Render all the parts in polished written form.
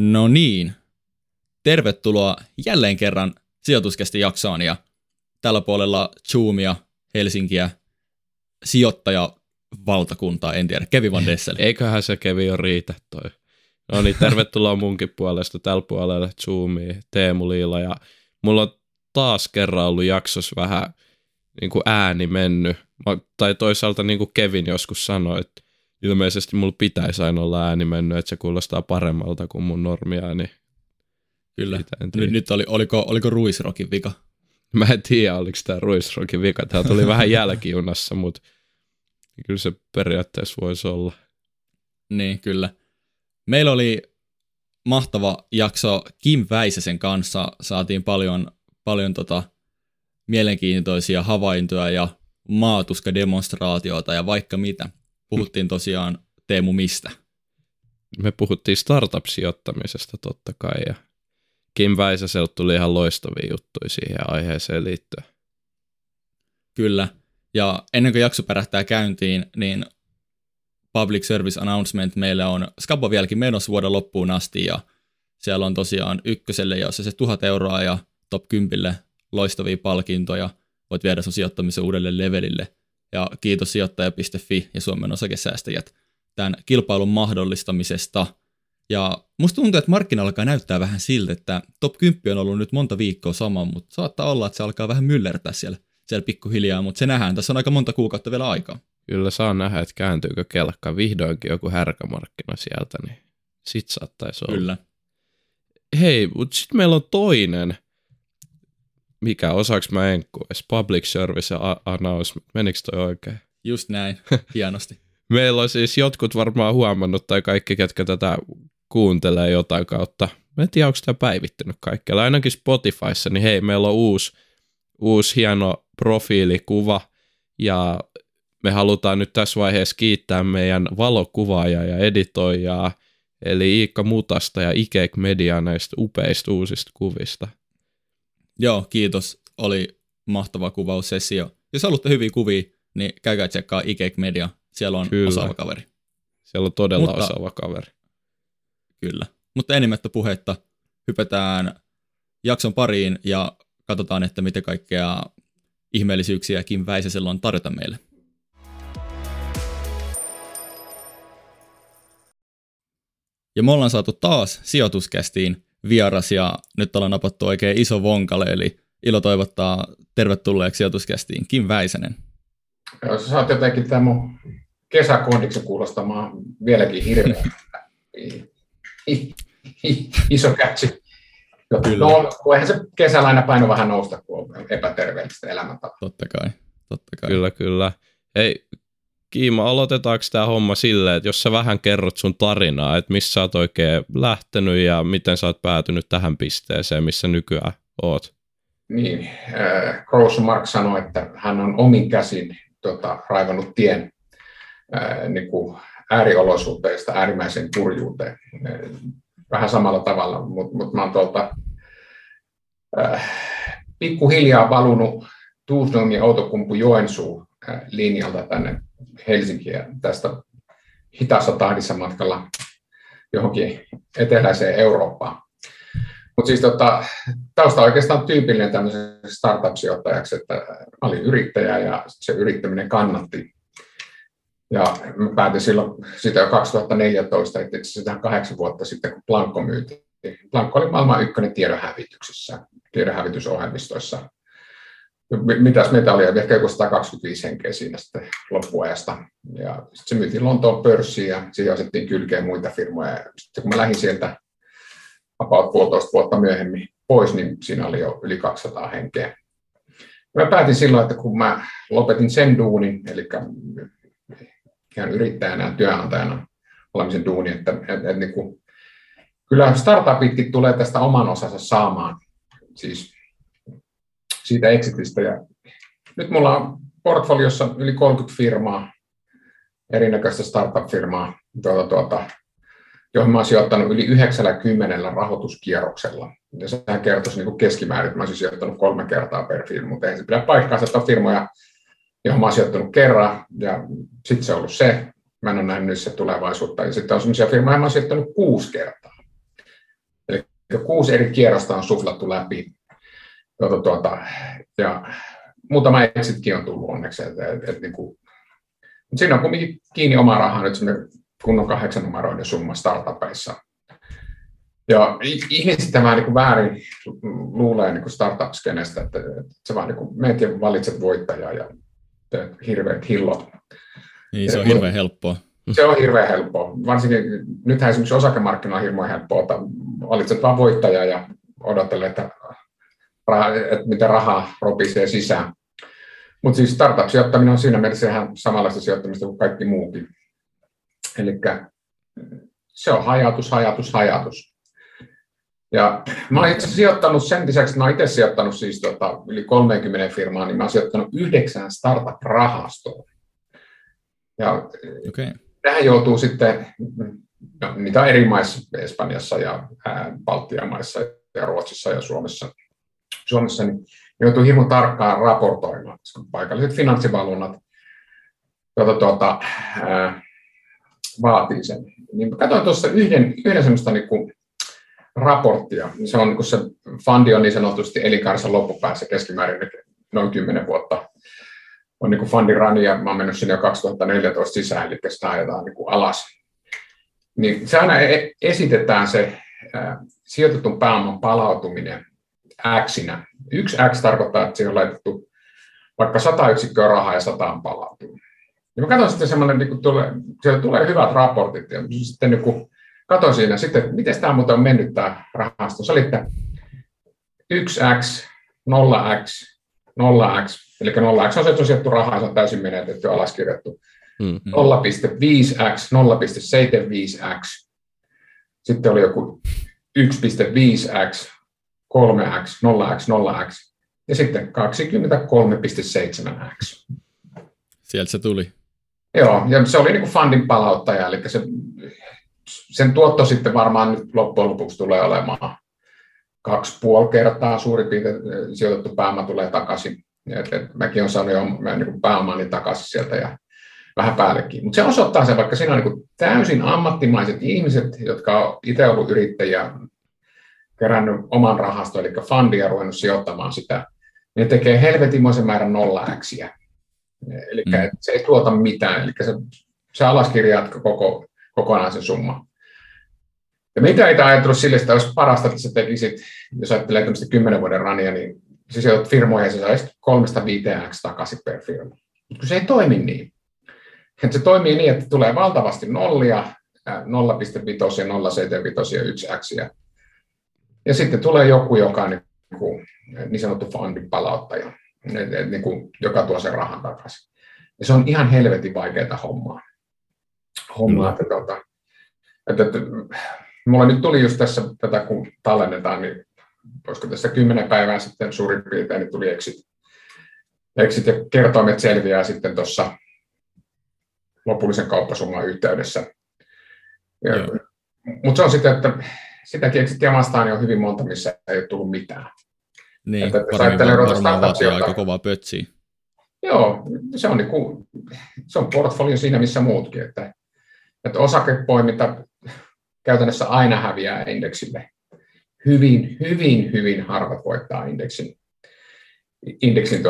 No niin, tervetuloa jälleen kerran sijoituskästi jaksoon ja tällä puolella Zoomia, Helsinkiä, sijoittajavaltakuntaa, en tiedä, Kevin Van Dessel. Eiköhän se Kevin jo riitä toi. No niin, tervetuloa munkin puolesta tällä puolella Zoomia, Teemu Liila ja mulla on taas kerran ollut jaksossa vähän niin kuin ääni mennyt. Tai toisaalta niin kuin Kevin joskus sanoi, että ilmeisesti mulla pitäisi aina olla ääni mennyt, että se kuulostaa paremmalta kuin mun normiääni. Kyllä. Nyt oliko Ruisrokin vika? Mä en tiedä, oliko tämä Ruisrokin vika. Tämä tuli vähän jälkijunassa, mutta kyllä se periaatteessa voisi olla. Niin, kyllä. Meillä oli mahtava jakso Kim Väisäsen kanssa. Saatiin paljon mielenkiintoisia havaintoja ja maatuskademonstraatioita ja vaikka mitä. Puhuttiin tosiaan, Teemu, mistä? Me puhuttiin startup-sijoittamisesta totta kai ja Kim Väisäseltä tuli ihan loistavia juttuja siihen aiheeseen liittyen. Kyllä, ja ennen kuin jakso pärähtää käyntiin, niin public service announcement meillä on Skabo vieläkin menossa vuoden loppuun asti, ja siellä on tosiaan ykköselle, jossa se 1,000 euroa ja top 10 loistavia palkintoja, voit viedä sun sijoittamisen uudelle levelille, ja kiitos sijoittaja.fi ja Suomen osakesäästäjät tämän kilpailun mahdollistamisesta. Ja musta tuntuu, että markkina alkaa näyttää vähän siltä, että top 10 on ollut nyt monta viikkoa sama, mutta saattaa olla, että se alkaa vähän myllertää siellä pikkuhiljaa, mutta se nähdään. Tässä on aika monta kuukautta vielä aikaa. Kyllä saa nähdä, että kääntyykö kelkka vihdoinkin joku härkämarkkina sieltä, niin sit saattaisi olla. Kyllä. Hei, mutta sitten meillä on toinen, mikä osaksi mä edes, public service announcement. Menikö toi oikein? Just näin, hienosti. Meillä on siis jotkut varmaan huomannut, tai kaikki, ketkä tätä kuuntelee jotain kautta. Mä en tiedä, onko tämä päivittynyt kaikkialla. Ainakin Spotifyssa, niin hei, meillä on uusi hieno profiilikuva, ja me halutaan nyt tässä vaiheessa kiittää meidän valokuvaajaa ja editoijaa, eli Iikka Mutasta ja Ikek Media näistä upeista uusista kuvista. Joo, kiitos. Oli mahtava kuvaussessio. Jos haluatte hyviä kuvia, niin käykää tsekkaa Ikek Media. Siellä on osaava kaveri. Siellä on todella osaava kaveri. Kyllä. Mutta enimmättä puhetta hypätään jakson pariin ja katsotaan, että mitä kaikkea ihmeellisyyksiä Kim Väisäsellä on tarjota meille. Ja me ollaan saatu taas sijoituskästiin vieras ja nyt ollaan napattu oikein iso vonkale, eli ilo toivottaa tervetulleeksi sijoituskästiin Kim Väisänen. Joo, sä saat jotenkin tämän mun kesäkondiksen kuulostamaan vieläkin hirveän iso kätsi. No, eihän se kesällä aina paino vähän nousta, kun on epäterveellistä elämäntapaa. Totta kai. Kyllä. Hei, Kiima, aloitetaanko tämä homma silleen, että jos sä vähän kerrot sun tarinaa, että missä sä oot oikein lähtenyt ja miten sä oot päätynyt tähän pisteeseen, missä nykyään oot? Niin, Groucho Marx sanoi, että hän on omin käsin raivannut tien niin kuin ääriolosuhteista äärimmäiseen kurjuuteen. Vähän samalla tavalla, mutta mä oon pikkuhiljaa valunut Tuusnomi, Outokumpu, Joensuu linjalta tänne Helsinkiin ja tästä hitaassa tahdissa matkalla johonkin eteläiseen Eurooppaan. Mutta siis tausta on oikeastaan tyypillinen tämmöiseksi startup-sijoittajaksi, että mä olin yrittäjä ja se yrittäminen kannatti. Ja mä päätin silloin sitä jo 2014, että itse asiassa 8 vuotta sitten, kun Blankko myytiin. Blankko oli maailman ykkönen tiedonhävityksessä, tiedonhävitysohjelmistoissa. Mitäs meitä oli? Ehkä joku 125 henkeä siinä sitten loppuajasta. Ja sitten se myytiin Lontoon pörssiin ja siihen asettiin kylkeen muita firmoja. Sitten kun mä lähdin sieltä about 1,5 vuotta myöhemmin pois, niin siinä oli jo yli 200 henkeä. Mä päätin silloin, että kun mä lopetin sen duunin, eli ihan yrittäjänä ja työnantajana olemisen duuni, että niin kuin, kyllä startupitkin tulee tästä oman osansa saamaan, siis siitä exitistä. Ja nyt mulla on portfoliossa yli 30 firmaa, erinäköistä startup-firmaa, johon mä oon sijoittanut yli 90 rahoituskierroksella. Ja sehän kertoisi niin kuin keskimäärin, että mä olisin sijoittanut 3 kertaa per firma, mutta eihän se pidä paikkaansa, että on firmoja, johon mä oon sijoittanut kerran, ja sitten se on ollut se. Mä en ole nähnyt se tulevaisuutta. Ja sitten on sellaisia firmoja, joihin mä oon sijoittanut 6 kertaa. jo 6 eri kierrosta on suflattu läpi. Ja muutama exitkin on tullut onneksi. Mutta siinä on kuitenkin kiinni oma rahaa nyt semmoinen kunnon 8-numeroinen summa startupeissa. Ja ihmiset vähän niin kuin väärin luulee niin kuin startup-skenestä, että se vaan niin kuin menet ja valitset voittajaa ja hirveät hillot. Niin, se on hirveän helppoa. Se on hirveän helppoa. Varsinkin nythän esimerkiksi osakemarkkinoilla on hirveän helppoa, että valitset vaan voittajaa ja odottelee, että miten rahaa ropisee sisään. Mutta siis startup-sijoittaminen on siinä mielessä ihan samanlaista sijoittamista kuin kaikki muukin. Eli se on hajatus. Ja mä oon itse sijoittanut sen lisäksi, mä oon itse sijoittanut siis yli 30 firmaa, niin mä oon sijoittanut 9 startup-rahastoon. Ja tähän joutuu sitten, niitä on eri maissa, Espanjassa ja Baltian maissa ja Ruotsissa ja Suomessa niin joutuu hirveän tarkkaan raportoimaan, koska paikalliset finanssivalvonnat vaatii sen. Niin katsoin tuossa yhden semmoista niin kuin raporttia. Se on niin se fundi on niin sanotusti elinkaarissa loppupäässä keskimäärin noin 10 vuotta. On niin kuin fundin rani ja mä oon mennyt sinne jo 2014 sisään, eli sitä ajetaan niin kuin alas. Niin se aina esitetään se sijoitetun pääoman palautuminen X-inä. 1 X tarkoittaa, että siihen on laitettu vaikka 100 yksikköä rahaa ja 100 on palautunut. Ja mä katson sitten semmoinen, niin siellä tulee hyvät raportit ja sitten niin katsoin siinä sitten, että miten tämä muuten on mennyt tämä rahasto. Se oli, että 1x, 0x, 0x, eli 0x on se, että on sijoittu rahaa, se on täysin menetetty ja alaskirjattu. 0,5x, 0,75x, sitten oli joku 1,5x, 3x, 0x, 0x ja sitten 23,7x. Sieltä se tuli. Joo, ja se oli niin kuin fundin palauttaja, eli sen tuotto sitten varmaan nyt loppujen lopuksi tulee olemaan 2,5 kertaa suurin piirtein sijoitettu pääoma tulee takaisin. Mäkin olen saanut jo niin pääomani takaisin sieltä ja vähän päällekin. Mutta se osoittaa sen, vaikka siinä on niin täysin ammattimaiset ihmiset, jotka on itse ollut yrittäjiä, kerännyt oman rahaston, eli fundia ruvennut sijoittamaan sitä, niin ne tekee helvetimoisen määrän 0x. Eli se ei tuota mitään, eli se alaskirjaat kokonaan se summa. Ja mitä ei ajatellut sille, että olisi parasta, että sä tekisit, jos ajattelee tämmöistä 10 vuoden rania, niin se sijoitat firmoihin ja sä saisit 3-5x takaisin per firma. Mutta se ei toimi niin. Että se toimii niin, että tulee valtavasti nollia, 0,5, 0,75 ja 1x. Ja sitten tulee joku, joka on niin sanottu fundin palauttaja, joka tuo sen rahan takaisin. Ja se on ihan helvetin vaikeaa hommaa. Että mulla nyt tuli just tässä tätä, kun tallennetaan, niin olisiko tässä 10 päivää sitten suurin piirtein, niin tuli exit ja kertoimet selviää sitten tuossa lopullisen kauppasumman yhteydessä. Mutta se on sitten, että sitäkin exittiä vastaan niin on hyvin monta, missä ei ole tullut mitään. Niin, varmaan vaatii aika kovaa pötsiä. Joo, se on portfolio siinä, missä muutkin. Että osakepoiminta käytännössä aina häviää indeksille. Hyvin harvat voittaa indeksin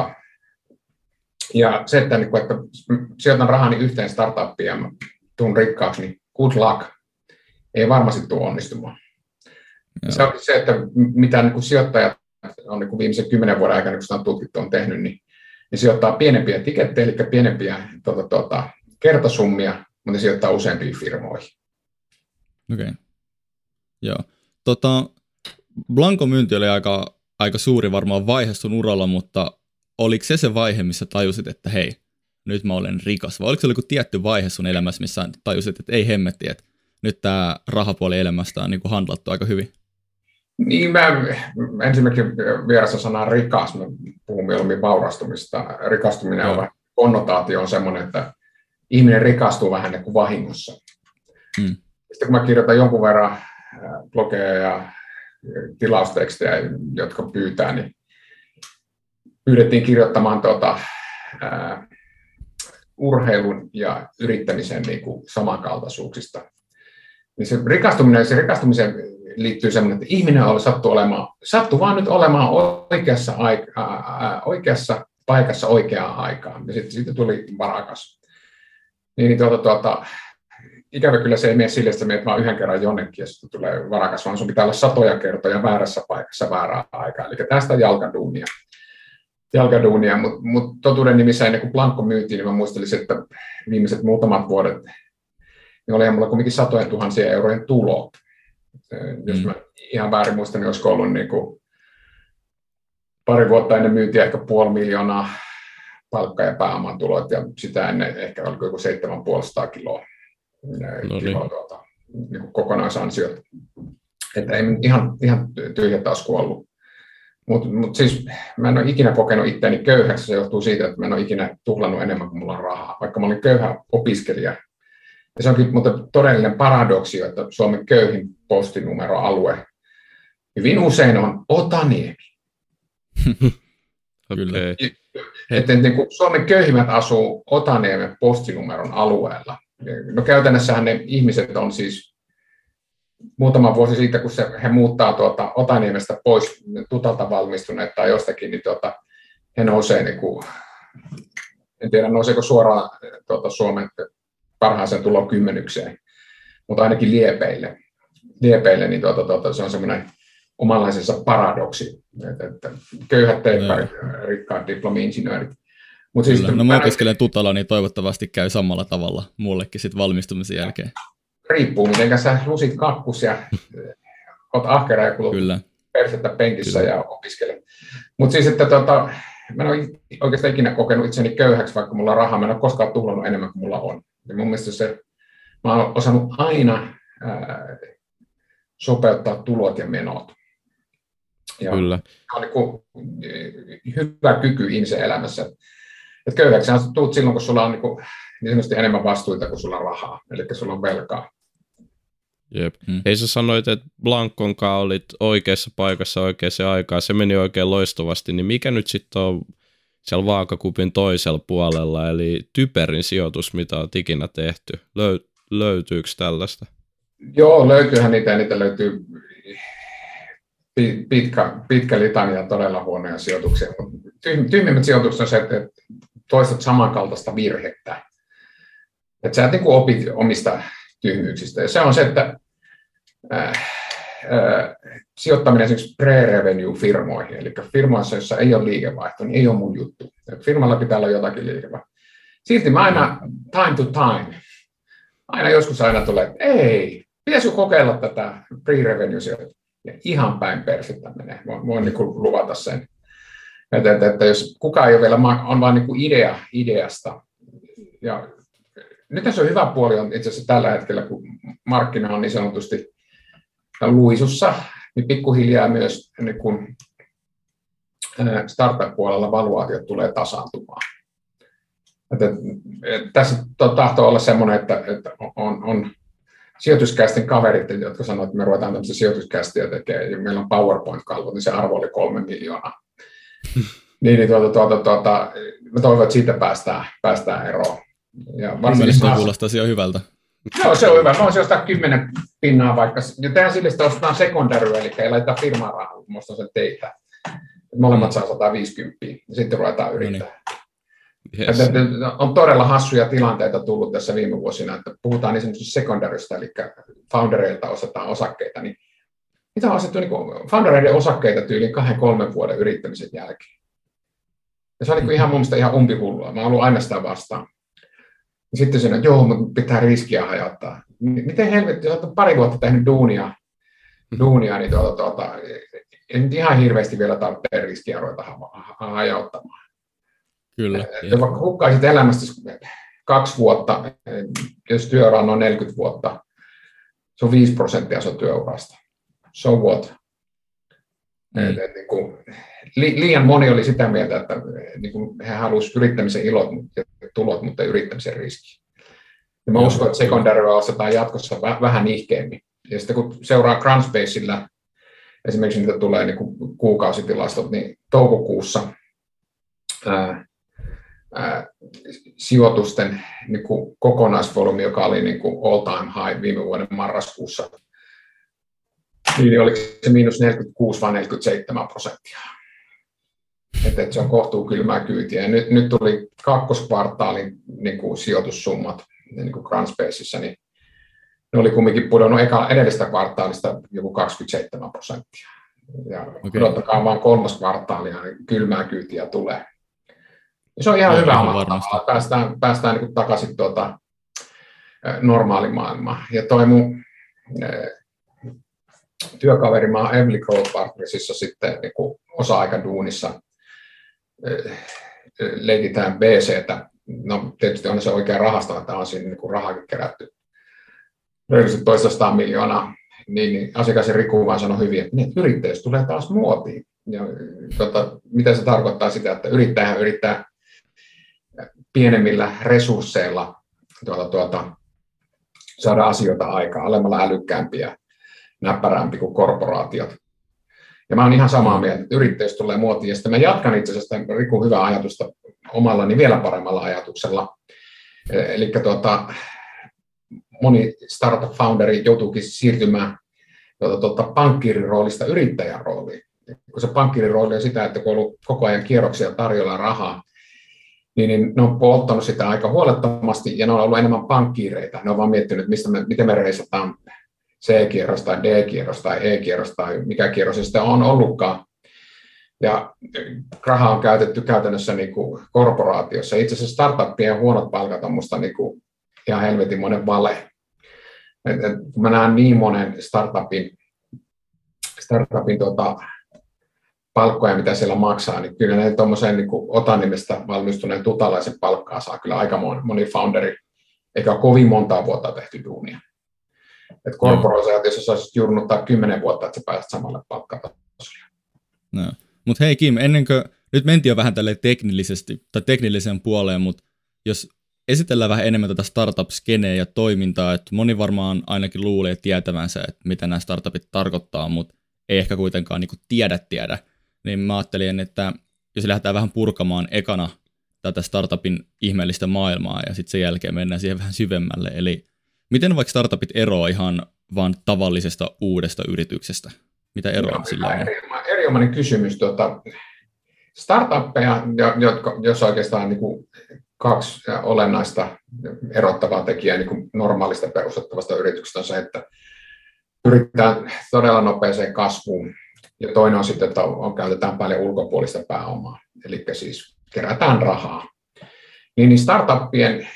Ja se, että sijoitan rahani yhteen startuppiin ja tuun rikkaaksi, niin good luck. Ei varmasti tule onnistumaan. Se on se, että mitä sijoittajat on viimeisen 10 vuoden aikana, kun sitä on tutkittu, on tehnyt, niin sijoittaa pienempiä tikettejä, eli pienempiä kertasummia, mutta ne sijoittaa useampiin firmoihin. Okei. Joo. Blanko-myynti oli aika suuri varmaan vaihe sun uralla, mutta oliko se vaihe, missä tajusit, että hei, nyt mä olen rikas? Vai oliko se joku tietty vaihe sun elämässä, missä tajusit, että ei hemmetti, että nyt tämä rahapuoli elämästä on niin kuin handlattu aika hyvin? Niin, mä ensinnäkin vieressä sanaa rikas, mä puhun mieluummin vaurastumista. Rikastuminen on vähän, konnotaatio on semmoinen, että ihminen rikastuu vähän niin kuin vahingossa. Sitten kun mä kirjoitan jonkun verran blogeja ja tilaustekstejä, jotka pyytää, niin pyydettiin kirjoittamaan urheilun ja yrittämisen niin kuin samankaltaisuuksista. Niin se rikastumisen liittyy semmoinen, että ihminen sattui vaan nyt olemaan oikeassa paikassa oikeaan aikaan. Ja sitten siitä tuli varakas. Ikävä kyllä se ei mene sille, että menet vaan yhden kerran jonnekin ja sitten tulee varakas, vaan sun pitää olla satoja kertoja väärässä paikassa väärää aikaa. Eli tästä jalkaduunia, mutta totuuden nimissä ennen kuin Blankko myytiin, niin mä muistelisin, että viimeiset muutamat vuodet niin oli mulla kuitenkin satojen tuhansien eurojen tulot. Jos mä ihan väärin muistan, niin olisiko ollut niin kuin pari vuotta ennen myyntiä ehkä 500 000 palkka- ja pääomatulot, ja sitä ennen ehkä oliko joku 750 kiloa niin kuin kokonaisansiot. Että ei ihan tyhjä tasku ollut. Mutta siis mä en ole ikinä kokenut itseäni köyhäksi, se johtuu siitä, että mä en ole ikinä tuhlannut enemmän kuin mulla on rahaa, vaikka mä olin köyhä opiskelija. Ja se onkin mutta todellinen paradoksi, että Suomen köyhin postinumeroalue hyvin usein on Otaniemi. Kyllä. Että niin kuin Suomen köyhimmät asuu Otaniemen postinumeron alueella. No käytännössähän ne ihmiset on siis muutama vuosi siitä, kun he muuttaa Otaniemestä pois tutalta valmistuneet tai jostakin, niin he nousee, niin kuin, en tiedä nouseeko suoraan Suomen parhaaseen tulokymmenykseen, mutta ainakin liepeille niin se on semmoinen omanlaisensa paradoksi, että köyhät teipparit, rikkaat diplomi-insinöörit. Siis, no mä opiskelen tutalla, niin toivottavasti käy samalla tavalla mullekin sit valmistumisen jälkeen. Riippuu, miten sä lusit kakkus ja oot ahkera ja kulut persettä penkissä ja opiskelet. Mutta siis, että mä en ole oikeastaan ikinä kokenut itseni köyhäksi, vaikka mulla on rahaa. Mä en ole koskaan tuhlannut enemmän kuin mulla on. Ja mun mielestä mä oon osannut aina sopeuttaa tulot ja menot. Ja Kyllä. Se on niin kuin hyvä kyky ihmisen elämässä. Että köyhäksi tuut silloin, kun sulla on niin sanotusti enemmän vastuita kuin sulla on rahaa, eli sulla on velkaa. Jep. Hei, sä sanoit, että Blankon kanssa olit oikeassa paikassa oikeaan aikaan, se meni oikein loistavasti, niin mikä nyt sitten on siellä vaakakupin toisella puolella, eli typerin sijoitus, mitä on ikinä tehty? Löytyykö tällaista? Joo, löytyyhän niitä, ja niitä löytyy pitkä litania todella huonoja sijoituksia. Tyhmimmät sijoitukset on se, että toistat samankaltaista virhettä. Että sä et niin kuin opit omista tyhmyyksistä. Ja se on se, että sijoittaminen esimerkiksi pre-revenue-firmoihin, eli firmoissa, joissa ei ole liikevaihto, niin ei ole mun juttu. Firmalla pitää olla jotakin liikevaihtoa. Silti mä aina time to time, joskus tulee, että ei, pitäisikö kokeilla tätä pre-revenue-sijoitusta. Ja ihan päin persettä menee. Voin niin kuin luvata sen. Että jos kukaan ei ole vielä, on vain niin kuin ideasta. Ja nyt se on hyvä puoli on itse asiassa tällä hetkellä, kun markkina on niin sanotusti luisussa, niin pikkuhiljaa myös niin kun startup-puolella valuaatiot tulee tasaantumaan. Tässä tahtoo olla semmoinen, että on sijoituskästin kaverit, jotka sanoo, että me ruvetaan tämmöistä sijoituskästiä tekemään, ja meillä on PowerPoint-kalvot, niin se arvo oli 3 miljoonaa. Mä toivon, että siitä päästään eroon. Mielestäni kuulostaa ihan hyvältä. Joo, se on hyvä. Mä olisin ostaa 10 pinnaa vaikka. Ja tehdään sille, että ostetaan sekundaryä, eli ei laiteta firmaa rahaa, kun ostan sen teitä. Molemmat saa 150, ja sitten ruvetaan yrittää. Yes. On todella hassuja tilanteita tullut tässä viime vuosina, että puhutaan niin semmoisesta sekundarystä, eli foundereilta ostetaan osakkeita. Niin mitä on ostettu niin foundereiden osakkeita tyyliin 2-3 vuoden yrittämisen jälkeen? Ja se oli ihan mun mielestä ihan umpihullua. Mä oon ollut aina sitä vastaan. Ja sitten siinä, että joo, mutta pitää riskiä hajottaa. Miten helvetti, jos olet pari vuotta tehnyt duunia niin en ihan hirveästi vielä tarvitse riskiä ruveta hajauttamaan. Kyllä. Ja vaikka hukkaisit elämästä 2 vuotta, jos työura on noin 40 vuotta, se on 5% sun työurasta. So what? Liian moni oli sitä mieltä, että he halusivat yrittämisen ilot ja tulot, mutta yrittämisen riski. Ja mä uskon, että secondaryä ostetaan jatkossa vähän nihkeämmin. Ja sitten kun seuraa Crunchbaseillä, esimerkiksi niitä tulee niin kuin kuukausitilastot, niin toukokuussa sijoitusten niin kuin kokonaisvolyymi, joka oli niin kuin all time high viime vuoden marraskuussa, Niin oliko se miinus 46 vai 47%. Että se on kohtuu kylmää kyytiä. Ja nyt tuli kakkoskvartaalin niin kuin sijoitussummat niin kuin Grandspacessa, niin ne oli kumminkin pudonnut edellisestä kvartaalista joku 27%. Ja odottakaa vaan kolmas kvartaalia, niin kylmää kyytiä tulee. Ja se on ihan hyvä mahtavaa. Päästään niin kuin takaisin normaalimaailmaan. Ja toi mun työkaveri, mä oon Emily Growth Partnersissa sitten niin kuin osa-aikaduunissa. Leikitään BC:tä. No tietysti on se oikea rahasto, että on siinä niin kuin rahakin kerätty. Reilusti 200 miljoonaa. Niin asiakas Riku vaan sanoi hyvin, että yrittäjyys tulee taas muotiin. Ja, mitä se tarkoittaa sitä, että yrittäjähän yrittää pienemmillä resursseilla saada asioita aikaan, olemalla älykkäämpiä, näppärämpi kuin korporaatiot. Ja mä oon ihan samaa mieltä, että yrittäjyys tulee muotiin. Ja sitten mä jatkan itse asiassa Rikun hyvää ajatusta omallani vielä paremmalla ajatuksella. Eli moni startup-founderi joutuukin siirtymään pankkiirin roolista yrittäjän rooliin. Kun se pankkiirin rooli on sitä, että kun on ollut koko ajan kierroksia tarjolla rahaa, niin ne on polttanut sitä aika huolettomasti ja ne on ollut enemmän pankkiireita. Ne on vaan miettinyt, miten me reisataan C-kierros tai D-kierros tai E-kierros tai mikä kierros se sitten on ollutkaan. Ja rahaa on käytetty käytännössä niin kuin korporaatiossa. Itse asiassa startuppien huonot palkat on musta niin kuin ihan helvetinmoinen vale. Kun mä näen niin monen startupin palkkoja, mitä siellä maksaa, niin kyllä ne tuommoiseen niin Otanimestä valmistuneen tutalaisen palkkaa saa kyllä aika moni founderi, eikä ole kovin montaa vuotta tehty duunia. Että korporaatiossa saisit jurnuttaa 10 vuotta, että sä pääset samalle palkkatasolle. No. Mutta hei Kim, ennen kuin nyt mentiin jo vähän tälleen teknilliseen puoleen, mutta jos esitellään vähän enemmän tätä startup-skeneä ja toimintaa, että moni varmaan ainakin luulee tietävänsä, että mitä nämä startupit tarkoittaa, mutta ei ehkä kuitenkaan niin kuin tiedä, niin mä ajattelin, että jos lähdetään vähän purkamaan ekana tätä startupin ihmeellistä maailmaa ja sitten sen jälkeen mennään siihen vähän syvemmälle, eli miten vaikka startupit eroaa ihan vaan tavallisesta uudesta yrityksestä? Mitä eroa sillä on? Erinomainen kysymys. Startuppeja, jos oikeastaan niin kuin 2 olennaista erottavaa tekijää niin kuin normaalista perustettavasta yrityksestä on se, että pyritään todella nopeeseen kasvuun. Ja toinen on sitten, että käytetään paljon ulkopuolista pääomaa, eli siis kerätään rahaa. Niin startuppien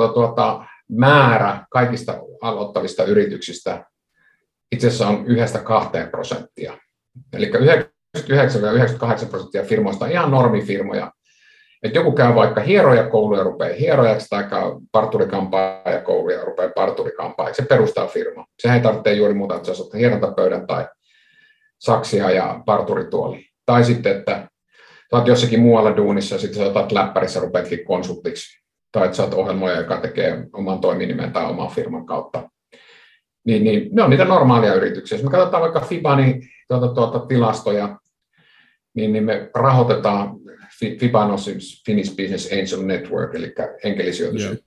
määrä kaikista aloittavista yrityksistä itse asiassa on 1-2%. Eli 99-98% firmoista on ihan normifirmoja. Että joku käy vaikka hierojakouluja rupeaa hierojaksi tai käy parturikampaajakouluja rupeaa parturikampaajaksi. Se perustaa firma. Sehän ei tarvitse juuri muuta, että sä otat hierontapöydän tai saksia ja parturituoli. Tai sitten, että sä oot jossakin muualla duunissa ja sitten sä otat läppärissä rupeatkin konsultiksi. Tai että sä oot ohjelmoja, joka tekee oman toiminimen tai oman firman kautta. Niin ne on niitä normaalia yrityksiä. Jos me katsotaan vaikka FIBAnin tilastoja, niin me rahoitetaan FIBAN on Finnish Business Angel Network, eli enkelisijoitus. Yeah.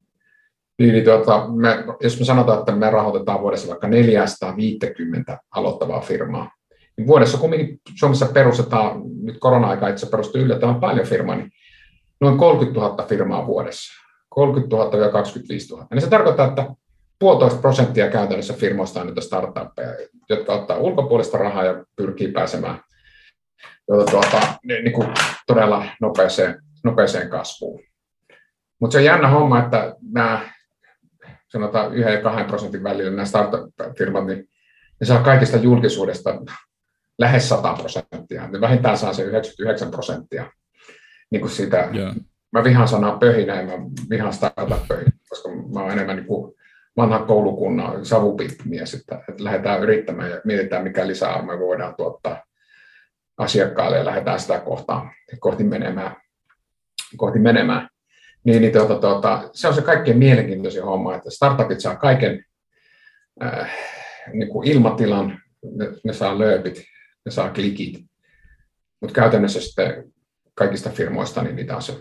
Jos me sanotaan, että me rahoitetaan vuodessa vaikka 450 aloittavaa firmaa, niin vuodessa kumminkin Suomessa perustetaan, nyt korona-aika itse perustuu yllättävän paljon firmaa, niin noin 30 000 firmaa vuodessa, 30 000 ja 25 000. Niin se tarkoittaa, että 1,5% käytännössä firmoista on niitä startuppeja, jotka ottaa ulkopuolista rahaa ja pyrkii pääsemään niin kuin todella nopeeseen kasvuun. Mutta se on jännä homma, että nämä sanotaan 1-2% välillä nämä startup-firmat, niin ne saa kaikista julkisuudesta lähes 100%. Ne vähintään saa se 99%. Niin kuin siitä, mä vihaan sanaa pöhinä ja mä vihaan startup-pöhinä, koska mä oon enemmän niin kuin vanha koulukunnan savupitmies, että lähdetään yrittämään ja mietitään, mikä lisäarvoa voidaan tuottaa asiakkaalle ja lähdetään sitä kohti menemään. Se on se kaikkein mielenkiintoisin homma, että startupit saa kaiken niin kuin ilmatilan, ne saa lööpit, ne saa klikit, mutta käytännössä sitten kaikista firmoista niin niitä on se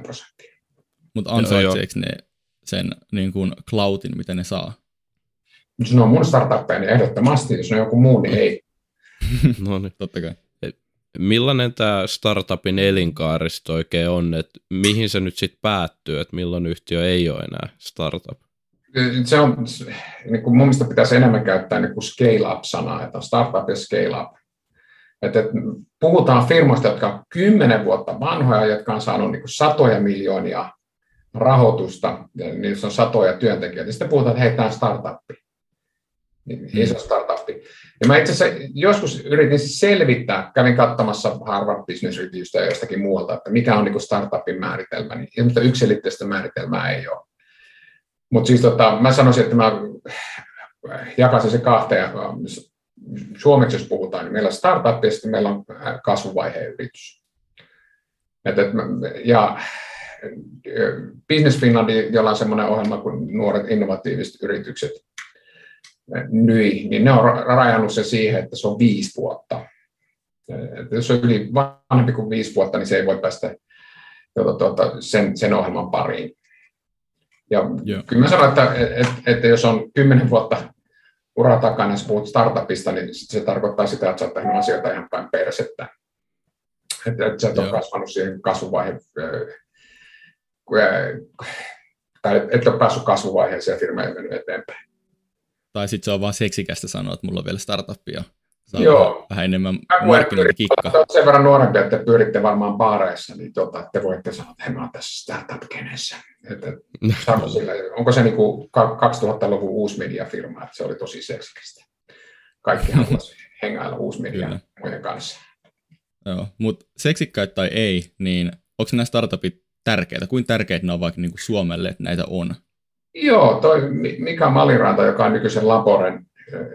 1-2%. Mutta ansaitseeko ne sen niin kuin cloudin, mitä ne saa? Jos ne on mun startuppeja, niin ehdottomasti, jos ne on joku muu, niin ei. No niin. Totta kai. Millainen tämä startupin elinkaaristo oikein on, että mihin se nyt sitten päättyy, että milloin yhtiö ei ole enää startup? Se on, niin kuin mun mielestä pitäisi enemmän käyttää niin kuin scale-up-sanaa, että on startup ja scale-up. Että puhutaan firmoista, jotka on 10 vuotta vanhoja, jotka on saanut niin kuin satoja miljoonia rahoitusta, ja niissä on satoja työntekijöitä. Sitten puhutaan, että hei, tämä on startuppi. Ei se ole startuppi. Ja mä itse asiassa joskus yritin selvittää, kävin katsomassa Harvard Business Reviewsta ja jostakin muualta, että mikä on niin kuin startupin määritelmä, niin yksiselitteistä määritelmää ei ole. Mutta siis mä sanoisin, että mä jakaisin se kahteen. Suomeksi jos puhutaan, niin meillä on startup ja sitten meillä on kasvuvaiheen yritys. Ja Business Finland, jolla on semmoinen ohjelma kuin nuoret innovatiiviset yritykset nyi, niin ne on rajannut se siihen, että se on 5 vuotta. Jos on yli vanhempi kuin 5 vuotta, niin se ei voi päästä sen ohjelman pariin. Ja kyllä mä sanon, että jos on 10 vuotta ura takana, jos puhut startupista, niin se tarkoittaa sitä, että sä oot tehnyt asioita ihan päin persettä. Että sä et ole kasvanut siihen kasvuvaiheen, tai et ole päässyt kasvuvaiheeseen ja firma ei mennyt eteenpäin. Tai sitten se on vaan seksikästä sanoa, että mulla on vielä startup ja saa vähän enemmän markkinointikikkaa. Olet sen verran nuorempi, että pyöritte varmaan baareissa, niin te voitte sanoa, että mä oon tässä startup-kenessä. Onko se niin kuin 2000-luvun uusi mediafirma, että se oli tosi seksikästä. Kaikki haluaisi hengailla uusi media muiden kanssa. Joo, mutta seksikkäitä tai ei, niin onko nämä startupit tärkeitä? Kuinka tärkeitä ne on vaikka niin kuin Suomelle, että näitä on? Joo, toi Mika Maliranta, joka on nykyisen Laboren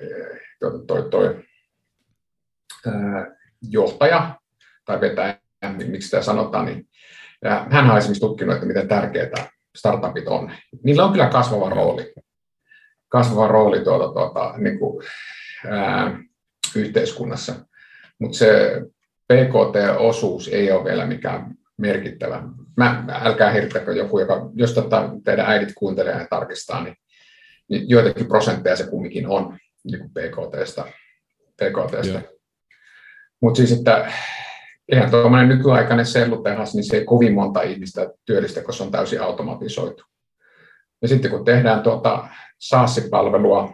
johtaja tai vetäjä, miksi sitä sanotaan, niin hän on esimerkiksi tutkinut, että miten tärkeitä startupit on. Niillä on kyllä kasvava rooli niin kuin, yhteiskunnassa, mutta se PKT-osuus ei ole vielä mikään merkittävä. Älkää hirttäkö joku, jos teidän äidit kuuntelee ja tarkistaa, niin joitakin prosentteja se kumminkin on niin kuin PKT:stä. Mutta siis, että eihän tuollainen nykyaikainen sellutehas, niin se ei kovin monta ihmistä työllistä, koska se on täysin automatisoitu. Ja sitten kun tehdään SaaS-palvelua,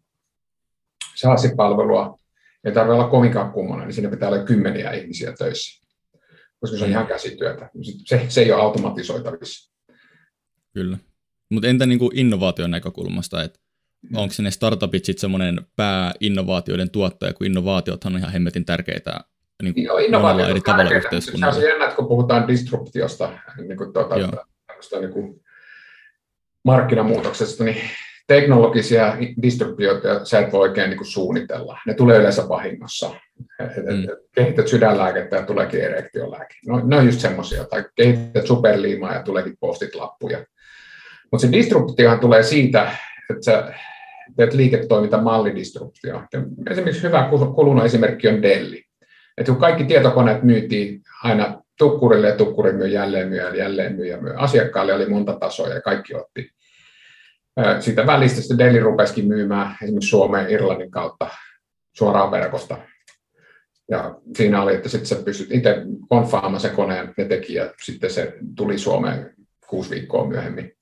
ei tarvitse olla kovinkaan kummonen, niin siinä pitää olla 10 ihmisiä töissä, koska se on ihan käsityötä. Se ei ole automatisoitavissa. Kyllä. Mutta entä niin kuin innovaation näkökulmasta, että onko ne startupit sitten semmoinen pääinnovaatioiden tuottaja, kun innovaatiothan on ihan hemmetin tärkeitä niin monella eri tavalla yhteiskunnalla. Se on jännä, että kun puhutaan disruptiosta, niin kuin markkinamuutoksesta, niin teknologisia disruptioita sä et voi oikein niin kuin suunnitella. Ne tulee yleensä vahingossa. Kehität sydänlääkettä ja tuleekin erektiolääke. Ne on just semmoisia. Tai kehität superliimaa ja tuleekin postit-lappuja. Mutta se disruptiohan tulee siitä, että sä teet liiketoimintamallidisruptio. Esimerkiksi hyvä kulunut esimerkki on Delli. Että kun kaikki tietokoneet myytiin aina tukkurille ja tukkuri myy jälleen myy. Asiakkaalle oli monta tasoa ja kaikki otti. Siitä välistä sitten Delli rupesikin myymään esimerkiksi Suomeen Irlannin kautta suoraan verkosta. Ja siinä oli, että sitten sä pystyt itse konfaamaan sen koneen, ne teki, ja sitten se tuli Suomeen 6 viikkoa myöhemmin.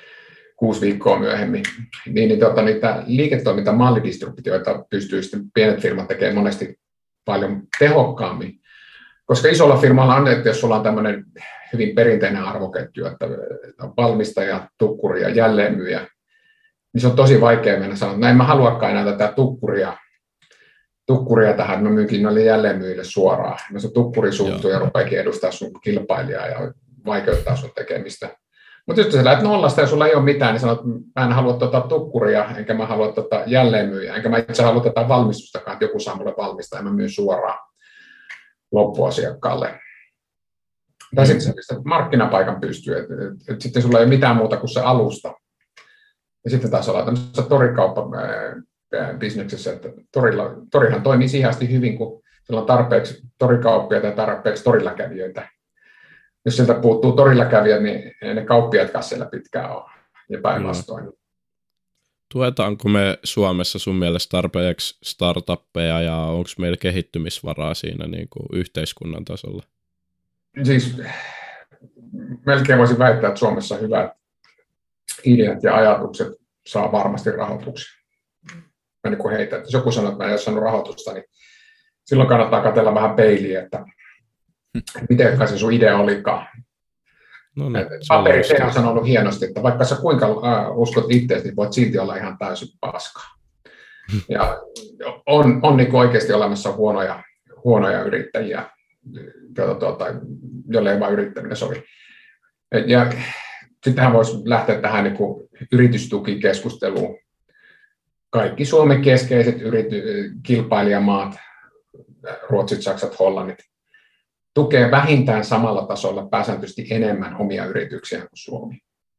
Niitä liiketoimintamallidisruptioita pystyy sitten pienet firmat tekemään monesti paljon tehokkaammin. Koska isolla firmalla on, että jos sulla on tämmöinen hyvin perinteinen arvoketju, että on valmistaja, tukkuri ja jälleenmyyjä, niin se on tosi vaikea mennä sanoa, että en mä haluakaan enää tätä tukkuria tähän, mä myynkin noille jälleenmyyjille suoraan. No se tukkuri suuttuu ja rupeakin edustaa sun kilpailijaa ja vaikeuttaa sun tekemistä. Mutta jos sä lähdet nollasta ja sulla ei ole mitään, niin sanot, että mä en halua tukkuria, enkä mä halua jälleenmyyjää, enkä mä itse halua tätä valmistustakaan, että joku saa mulle valmistaa ja mä myyn suoraan loppuasiakkaalle. Tai sitten sä pistät markkinapaikan pystyy, että sitten sulla ei ole mitään muuta kuin se alusta. Ja sitten taas ollaan tämmöisessä torikauppa-bisneksessä, että torihan toimii siihen asti hyvin, kun sillä on tarpeeksi torikauppiaita ja tarpeeksi torilla kävijöitä. Jos sieltä puuttuu torilla kävijät, niin ne kauppiaat siellä pitkään on, ja päinvastoin. Tuetaanko me Suomessa sun mielestä tarpeeksi startuppeja ja onko meillä kehittymisvaraa siinä niin kuin yhteiskunnan tasolla? Siis melkein voisin väittää, että Suomessa hyvät ideat ja ajatukset saa varmasti rahoituksia. Mä niin kuin heitän, että jos joku sanoo, että mä en ole saanut rahoitusta, niin silloin kannattaa katsella vähän peiliä, että miten se sun idea olikaan. No niin, Paperi on sanonut hienosti, että vaikka sä kuinka uskot itseäsi, niin voit silti olla ihan täysin paskaa. Ja on niin kuin oikeasti olemassa huonoja yrittäjiä, joille ei vaan yrittäminen sovi. Ja sittenhän voisi lähteä tähän niin kuin yritystukikeskusteluun. Kaikki Suomen keskeiset kilpailijamaat, Ruotsit, Saksat, Hollannit, tukee vähintään samalla tasolla pääsääntöisesti enemmän omia yrityksiä kuin Suomi.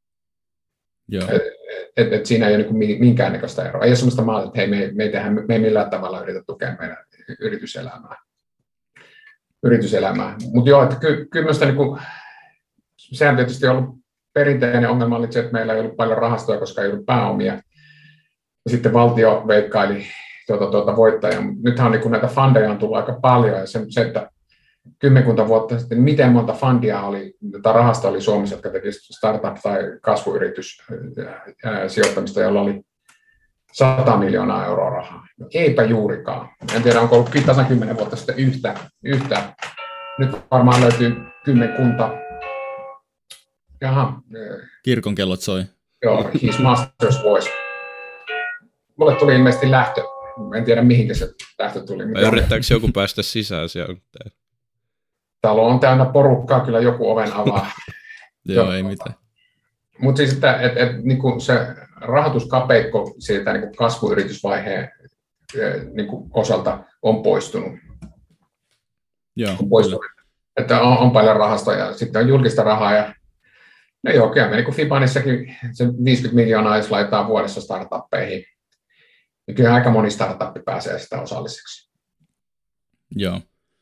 Et siinä ei ole niin minkäännäköistä eroa. Ei ole sellaista maata, että hei, me ei millään tavalla yritä tukea meidän yrityselämää. Mutta joo, että kyllä minusta niin sehän tietysti on ollut perinteinen ongelma, oli se, että meillä ei ollut paljon rahastoja, koska ei ollut pääomia. Ja sitten valtio veikkaili voittajaa. Nythän on niin näitä fundeja on tullut aika paljon, ja se että 10 vuotta sitten, miten monta fundia oli, tai rahasta oli Suomessa, jotka teki startup- tai kasvuyrityssijoittamista, jolla oli 100 miljoonaa euroa rahaa. No, eipä juurikaan. En tiedä, onko ollut tasan 10 vuotta sitten yhtä. Nyt varmaan löytyy 10 kunta. Jaha. Kirkon kellot soi. Joo, his master's voice. Mulle tuli ilmeisesti lähtö. En tiedä, mihinkä se lähtö tuli. Yrittääkö joku päästä sisään siellä? Talo on täynnä porukkaa, kyllä joku oven avaa. Joo, ei mitään. Mutta siis, että niinku se rahoituskapeikko siitä niinku kasvuyritysvaiheen niinku osalta on poistunut. Joo, on poistunut. Että on paljon rahasta ja sitten on julkista rahaa. Ja no joo, kyllä me niinku Fibanissakin se 50 miljoonaa, jos laitetaan vuodessa startuppeihin. Ja kyllä aika moni startuppi pääsee sitä osalliseksi. Joo.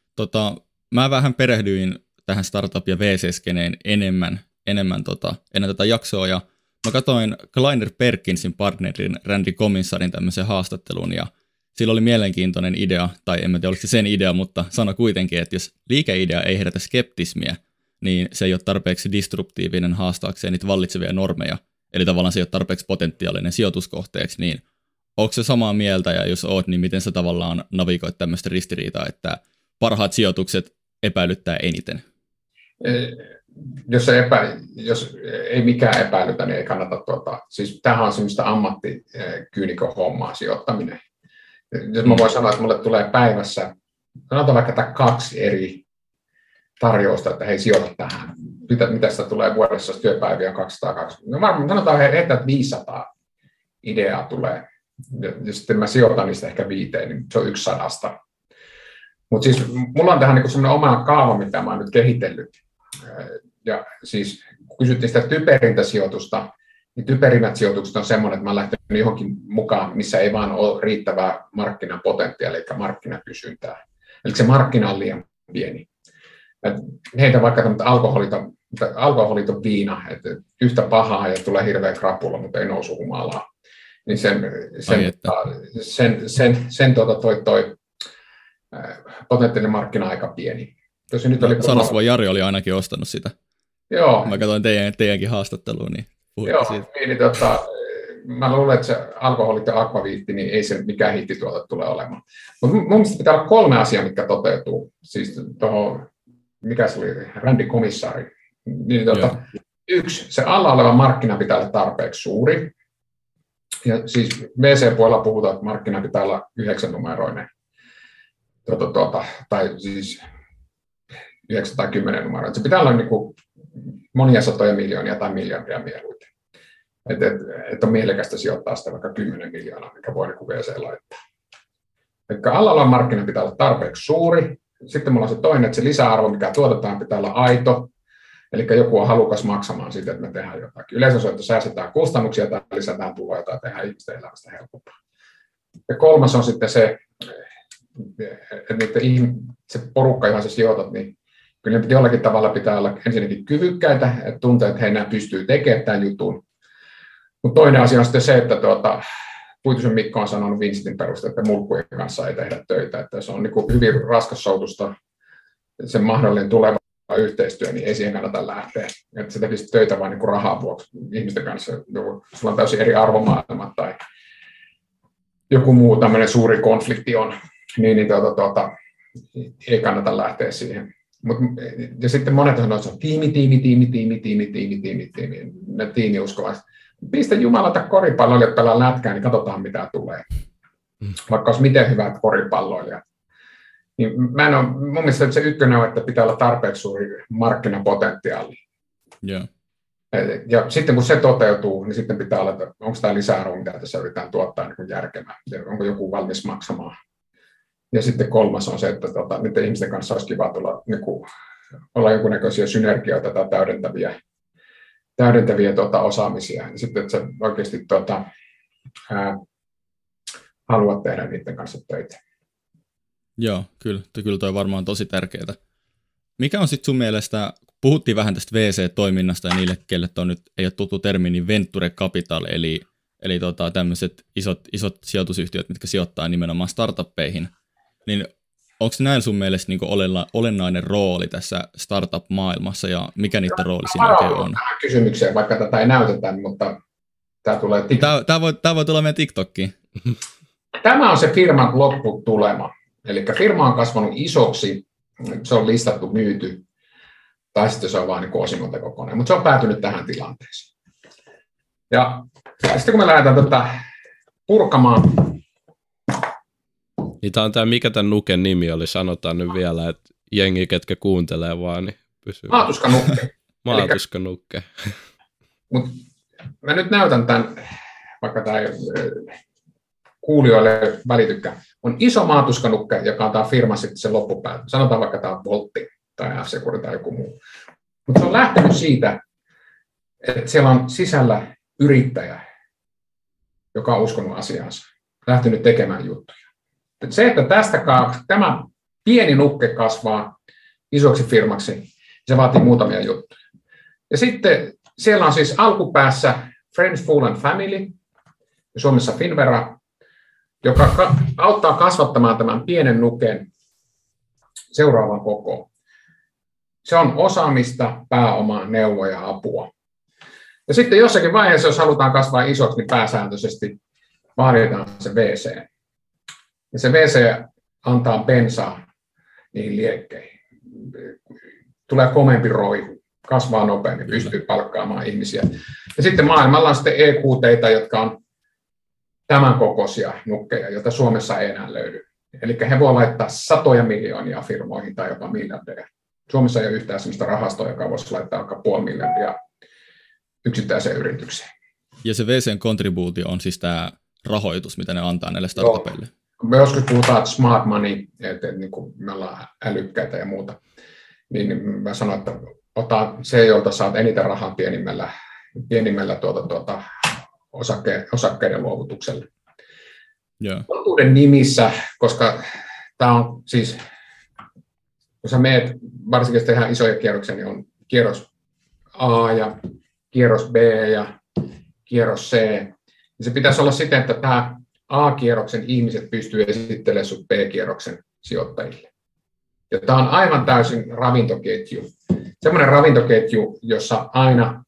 Mä vähän perehdyin tähän startup- ja VC-skeneen enemmän ennen tätä jaksoa, ja mä katsoin Kleiner Perkinsin partnerin Randy Commissarin tämmöisen haastattelun, ja sillä oli mielenkiintoinen idea, tai en mä tiedä, oliko se sen idea, mutta sano kuitenkin, että jos liikeidea ei herätä skeptismiä, niin se ei ole tarpeeksi disruptiivinen haastaakseen niitä vallitsevia normeja, eli tavallaan se ei ole tarpeeksi potentiaalinen sijoituskohteeksi, niin onko se samaa mieltä, ja jos oot, niin miten sä tavallaan navigoit tämmöistä ristiriitaa, että parhaat sijoitukset epäilyttää eniten? Jos ei mikään epäilytä, niin ei kannata siis tämähän on semmoista ammattikyynikon hommaa sijoittaminen. Jos mä voin sanoa, että mulle tulee päivässä, sanotaan vaikka 2 eri tarjousta, että hei, sijoita tähän. Mitä sitä tulee vuodessa, jos työpäiviä on 220? No varmaan sanotaan, että 500 ideaa tulee. Ja sitten mä sijoitan niistä ehkä 5, niin se on 1 100. Mutta siis mulla on tähän niin semmoinen oma kaava, mitä mä oon nyt kehitellyt. Ja siis kun kysyttiin sitä typerintä sijoitusta, niin typerimmät sijoitukset on semmoinen, että mä oon lähtenyt johonkin mukaan, missä ei vaan ole riittävää markkinapotentiaalia, eli markkinakysyntää. Eli se markkina on liian pieni. Heitä vaikka alkoholiton viina, että yhtä pahaa ja tulee hirveä krapula, mutta ei nousu humalaa. Niin sen potentiaalinen markkina aika pieni. Sarasvuon Jari oli ainakin ostanut sitä. Joo. Mä katsoin teidänkin haastatteluun, niin puhuitte siitä. Niin, mä luulen, että se alkoholit ja akvaviitti, niin ei se mikään hittituote tule olemaan. Mutta mun mielestä pitää olla 3 asiaa, mitkä toteutuu. Siis tuohon, mikä se oli, Randy Comissari. Niin, 1, se alla oleva markkina pitää olla tarpeeksi suuri. Ja siis VC-puolella puhutaan, että markkina pitää olla 9-numeroinen. Tai siis 9 tai 10 numeroa. Se pitää olla niin kuin monia satoja miljoonia tai miljardia mieluiten. Että on mielekästä sijoittaa sitä vaikka 10 miljoonaa, mikä voi niin VC laittaa. Eli alalla markkina pitää olla tarpeeksi suuri. Sitten mulla on se toinen, että se lisäarvo, mikä tuotetaan, pitää olla aito. Eli joku on halukas maksamaan siitä, että me tehdään jotakin. Yleensä se, että säästetään kustannuksia tai lisätään tuloja tai tehdään ihmisten elämästä helpompaa. Ja 3 on sitten se, että se porukka, johon sä sijoitat, niin kyllä ne jollakin tavalla pitää olla ensinnäkin kyvykkäitä, että tuntee, että he enää pystyy tekemään tämän jutun. Mutta toinen asia on sitten se, että Puitusen Mikko on sanonut Vincitin perusteella, että mulkkujen kanssa ei tehdä töitä, että se on niin kuin hyvin raskassoutusta, sen mahdollinen tuleva yhteistyö, niin ei siihen kannata lähteä. Että se tekisi töitä vain niin rahaa vuoksi ihmisten kanssa. Sulla on täysin eri arvomaailmat tai joku muu tämmöinen suuri konflikti on, niin ei kannata lähteä siihen. Ja sitten monet sanoo, että se on tiimi, ne tiimiuskovaiset. Pistä jumalata koripalloilijat pelaa lätkää, niin katsotaan mitä tulee. Vaikka olisi miten hyvät koripalloilijat. Niin mun mielestä se ykkönen on, että pitää olla tarpeeksi suuri markkinapotentiaali. Yeah. Ja sitten kun se toteutuu, niin sitten pitää olla, että onko tämä lisäarvo, mitä tässä yritetään tuottaa niin järkevää. Onko joku valmis maksamaan. Ja sitten kolmas on se, että niiden ihmisten kanssa olisi kiva tulla, niin kuin, olla jonkunnäköisiä synergioita tai täydentäviä osaamisia. Ja sitten, että sä oikeasti haluat tehdä niiden kanssa töitä. Joo, kyllä toi varmaan on tosi tärkeää. Mikä on sitten sun mielestä, puhuttiin vähän tästä VC-toiminnasta ja niille, kelle on nyt ei ole tuttu termi, niin venture capital, eli tämmöiset isot sijoitusyhtiöt, mitkä sijoittaa nimenomaan startuppeihin, niin onko näillä sun mielestä niin olennainen rooli tässä startup-maailmassa ja mikä niiden rooli siinä oikein on? Tähän kysymykseen, vaikka tätä ei näytetä, mutta tämä tulee Tämä voi tulla meidän TikTokkiin. Tämä on se firman lopputulema. Eli firma on kasvanut isoksi, se on listattu, myyty, tai sitten se on vain niin osingontekokone, mutta se on päätynyt tähän tilanteeseen. Ja sitten kun me lähdetään tätä purkamaan. Niin tämä on tämä, mikä tämän Nuken nimi oli, sanotaan nyt vielä, että jengi, ketkä kuuntelee vaan, niin pysyy. Maatuskanukke. Maatuskanukke. Mutta mä nyt näytän tämän, vaikka tämä kuulijoille välitykään. On iso maatuskanukke, joka on tämä firma sitten se loppupäätä. Sanotaan vaikka tämä on Voltti tai F-Secure tai joku muu. Mutta se on lähtenyt siitä, että siellä on sisällä yrittäjä, joka on uskonut asiansa, lähtenyt tekemään juttuja. Se, että tämä pieni nukke kasvaa isoksi firmaksi, se vaatii muutamia juttuja. Ja sitten siellä on siis alkupäässä Friends, Fool and Family, Suomessa Finvera, joka auttaa kasvattamaan tämän pienen nuken seuraavaan kokoon. Se on osaamista, pääomaa, neuvoja, apua. Ja sitten jossakin vaiheessa, jos halutaan kasvaa isoksi, niin pääsääntöisesti vaaditaan se VC. Ja se VC antaa bensaa niihin liekkeihin. Tulee komeampi roihu, kasvaa nopeammin, pystyy palkkaamaan ihmisiä. Ja sitten maailmalla on sitten EQT:itä, jotka on tämän kokoisia nukkeja, joita Suomessa ei enää löydy. Eli he voivat laittaa satoja miljoonia firmoihin tai jopa miljardeja. Suomessa ei ole yhtään sellaista rahastoa, joka voisi laittaa vaikka 500 miljardia yksittäiseen yritykseen. Ja se VC:n kontribuutio on siis tämä rahoitus, mitä ne antaa näille startupeille. Me joskus puhutaan smart money, että niin kuin me ollaan älykkäitä ja muuta, niin mä sanon, että ota se, jolta saat eniten rahaa pienimmällä osakkeiden luovutuksella. Totuuden nimissä, koska tämä on siis, kun sä meet, varsinkin jos tehdään isoja kierroksia, niin on kierros A ja kierros B ja kierros C. Ja se pitäisi olla siten, että tämä A-kierroksen ihmiset pystyy esittelemään sut B-kierroksen sijoittajille. Ja tämä on aivan täysin ravintoketju. Semmoinen ravintoketju, jossa aina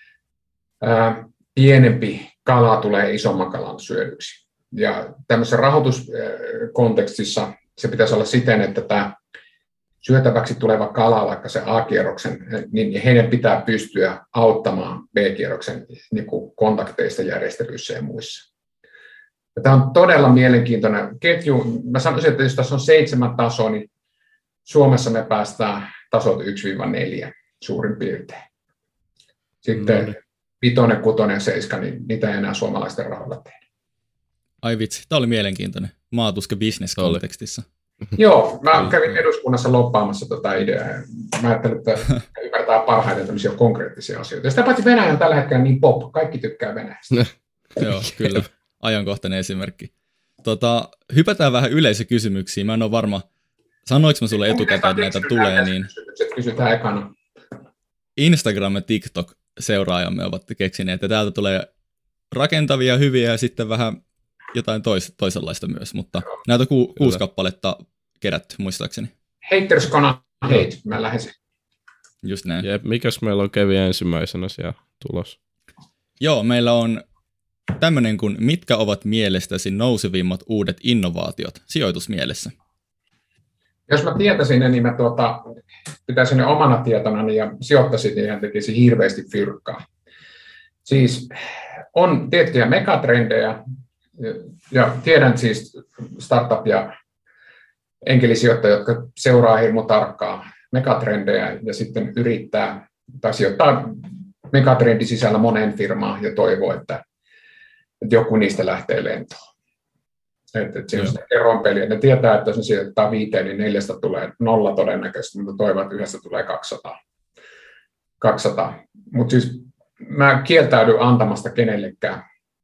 pienempi kala tulee isomman kalan syödyksi. Ja tämmöisessä rahoituskontekstissa se pitäisi olla siten, että tämä syötäväksi tuleva kala, vaikka se A-kierroksen, niin heidän pitää pystyä auttamaan B-kierroksen niin kuin kontakteista, järjestelyissä ja muissa. Ja tämä on todella mielenkiintoinen ketju. Mä sanoisin, että jos tässä on 7 tasoa, niin Suomessa me päästään tasot 1-4 suurin piirtein. Sitten 5, 6 ja 7, niin niitä ei enää suomalaisten rahoilla tehdä. Ai vitsi, tämä oli mielenkiintoinen. Maatuska business-kontekstissa. Joo, mä kävin eduskunnassa loppaamassa tätä ideaa. Mä ajattelin, että ymmärtää parhaiten tämmöisiä konkreettisia asioita. Ja sitä paitsi Venäjä on tällä hetkellä niin pop, kaikki tykkää Venäjästä. Joo, kyllä. Ajankohtainen esimerkki. Hypätään vähän yleisökysymyksiin. Mä en ole varma, sanoinko mä sulle etukäteen, että näitä tulee, niin kysytään ekana. Instagram ja TikTok-seuraajamme ovat keksineet, että täältä tulee rakentavia, hyviä ja sitten vähän jotain toisenlaista myös, mutta näitä on 6 kappaletta kerätty, muistaakseni. Haters gonna hate, mä lähden sen. Just näin. Jep, mikäs meillä on kävi ensimmäisenä siellä tulos? Joo, meillä on tämmöinen kuin mitkä ovat mielestäsi nousevimmat uudet innovaatiot sijoitusmielessä? Jos mä tietäisin ne, niin mä pitäisin ne omana tietonani ja sijoittaisin niin hän tekisi hirveästi fyrkkaa. Siis on tiettyjä megatrendejä ja tiedän siis startup- ja enkelisijoittajia, jotka seuraa hirmu tarkkaan megatrendejä ja sitten yrittää tai sijoittaa megatrendin sisällä moneen firmaan ja toivoo, että joku niistä lähtee lentoon. Että siinä on sitä eronpeliä. Ne tietää, että jos ne sijoittaa 5, niin 4 tulee 0 todennäköisesti, mutta toivon, että 1 tulee 200. Mutta siis mä kieltäydyn antamasta kenellekään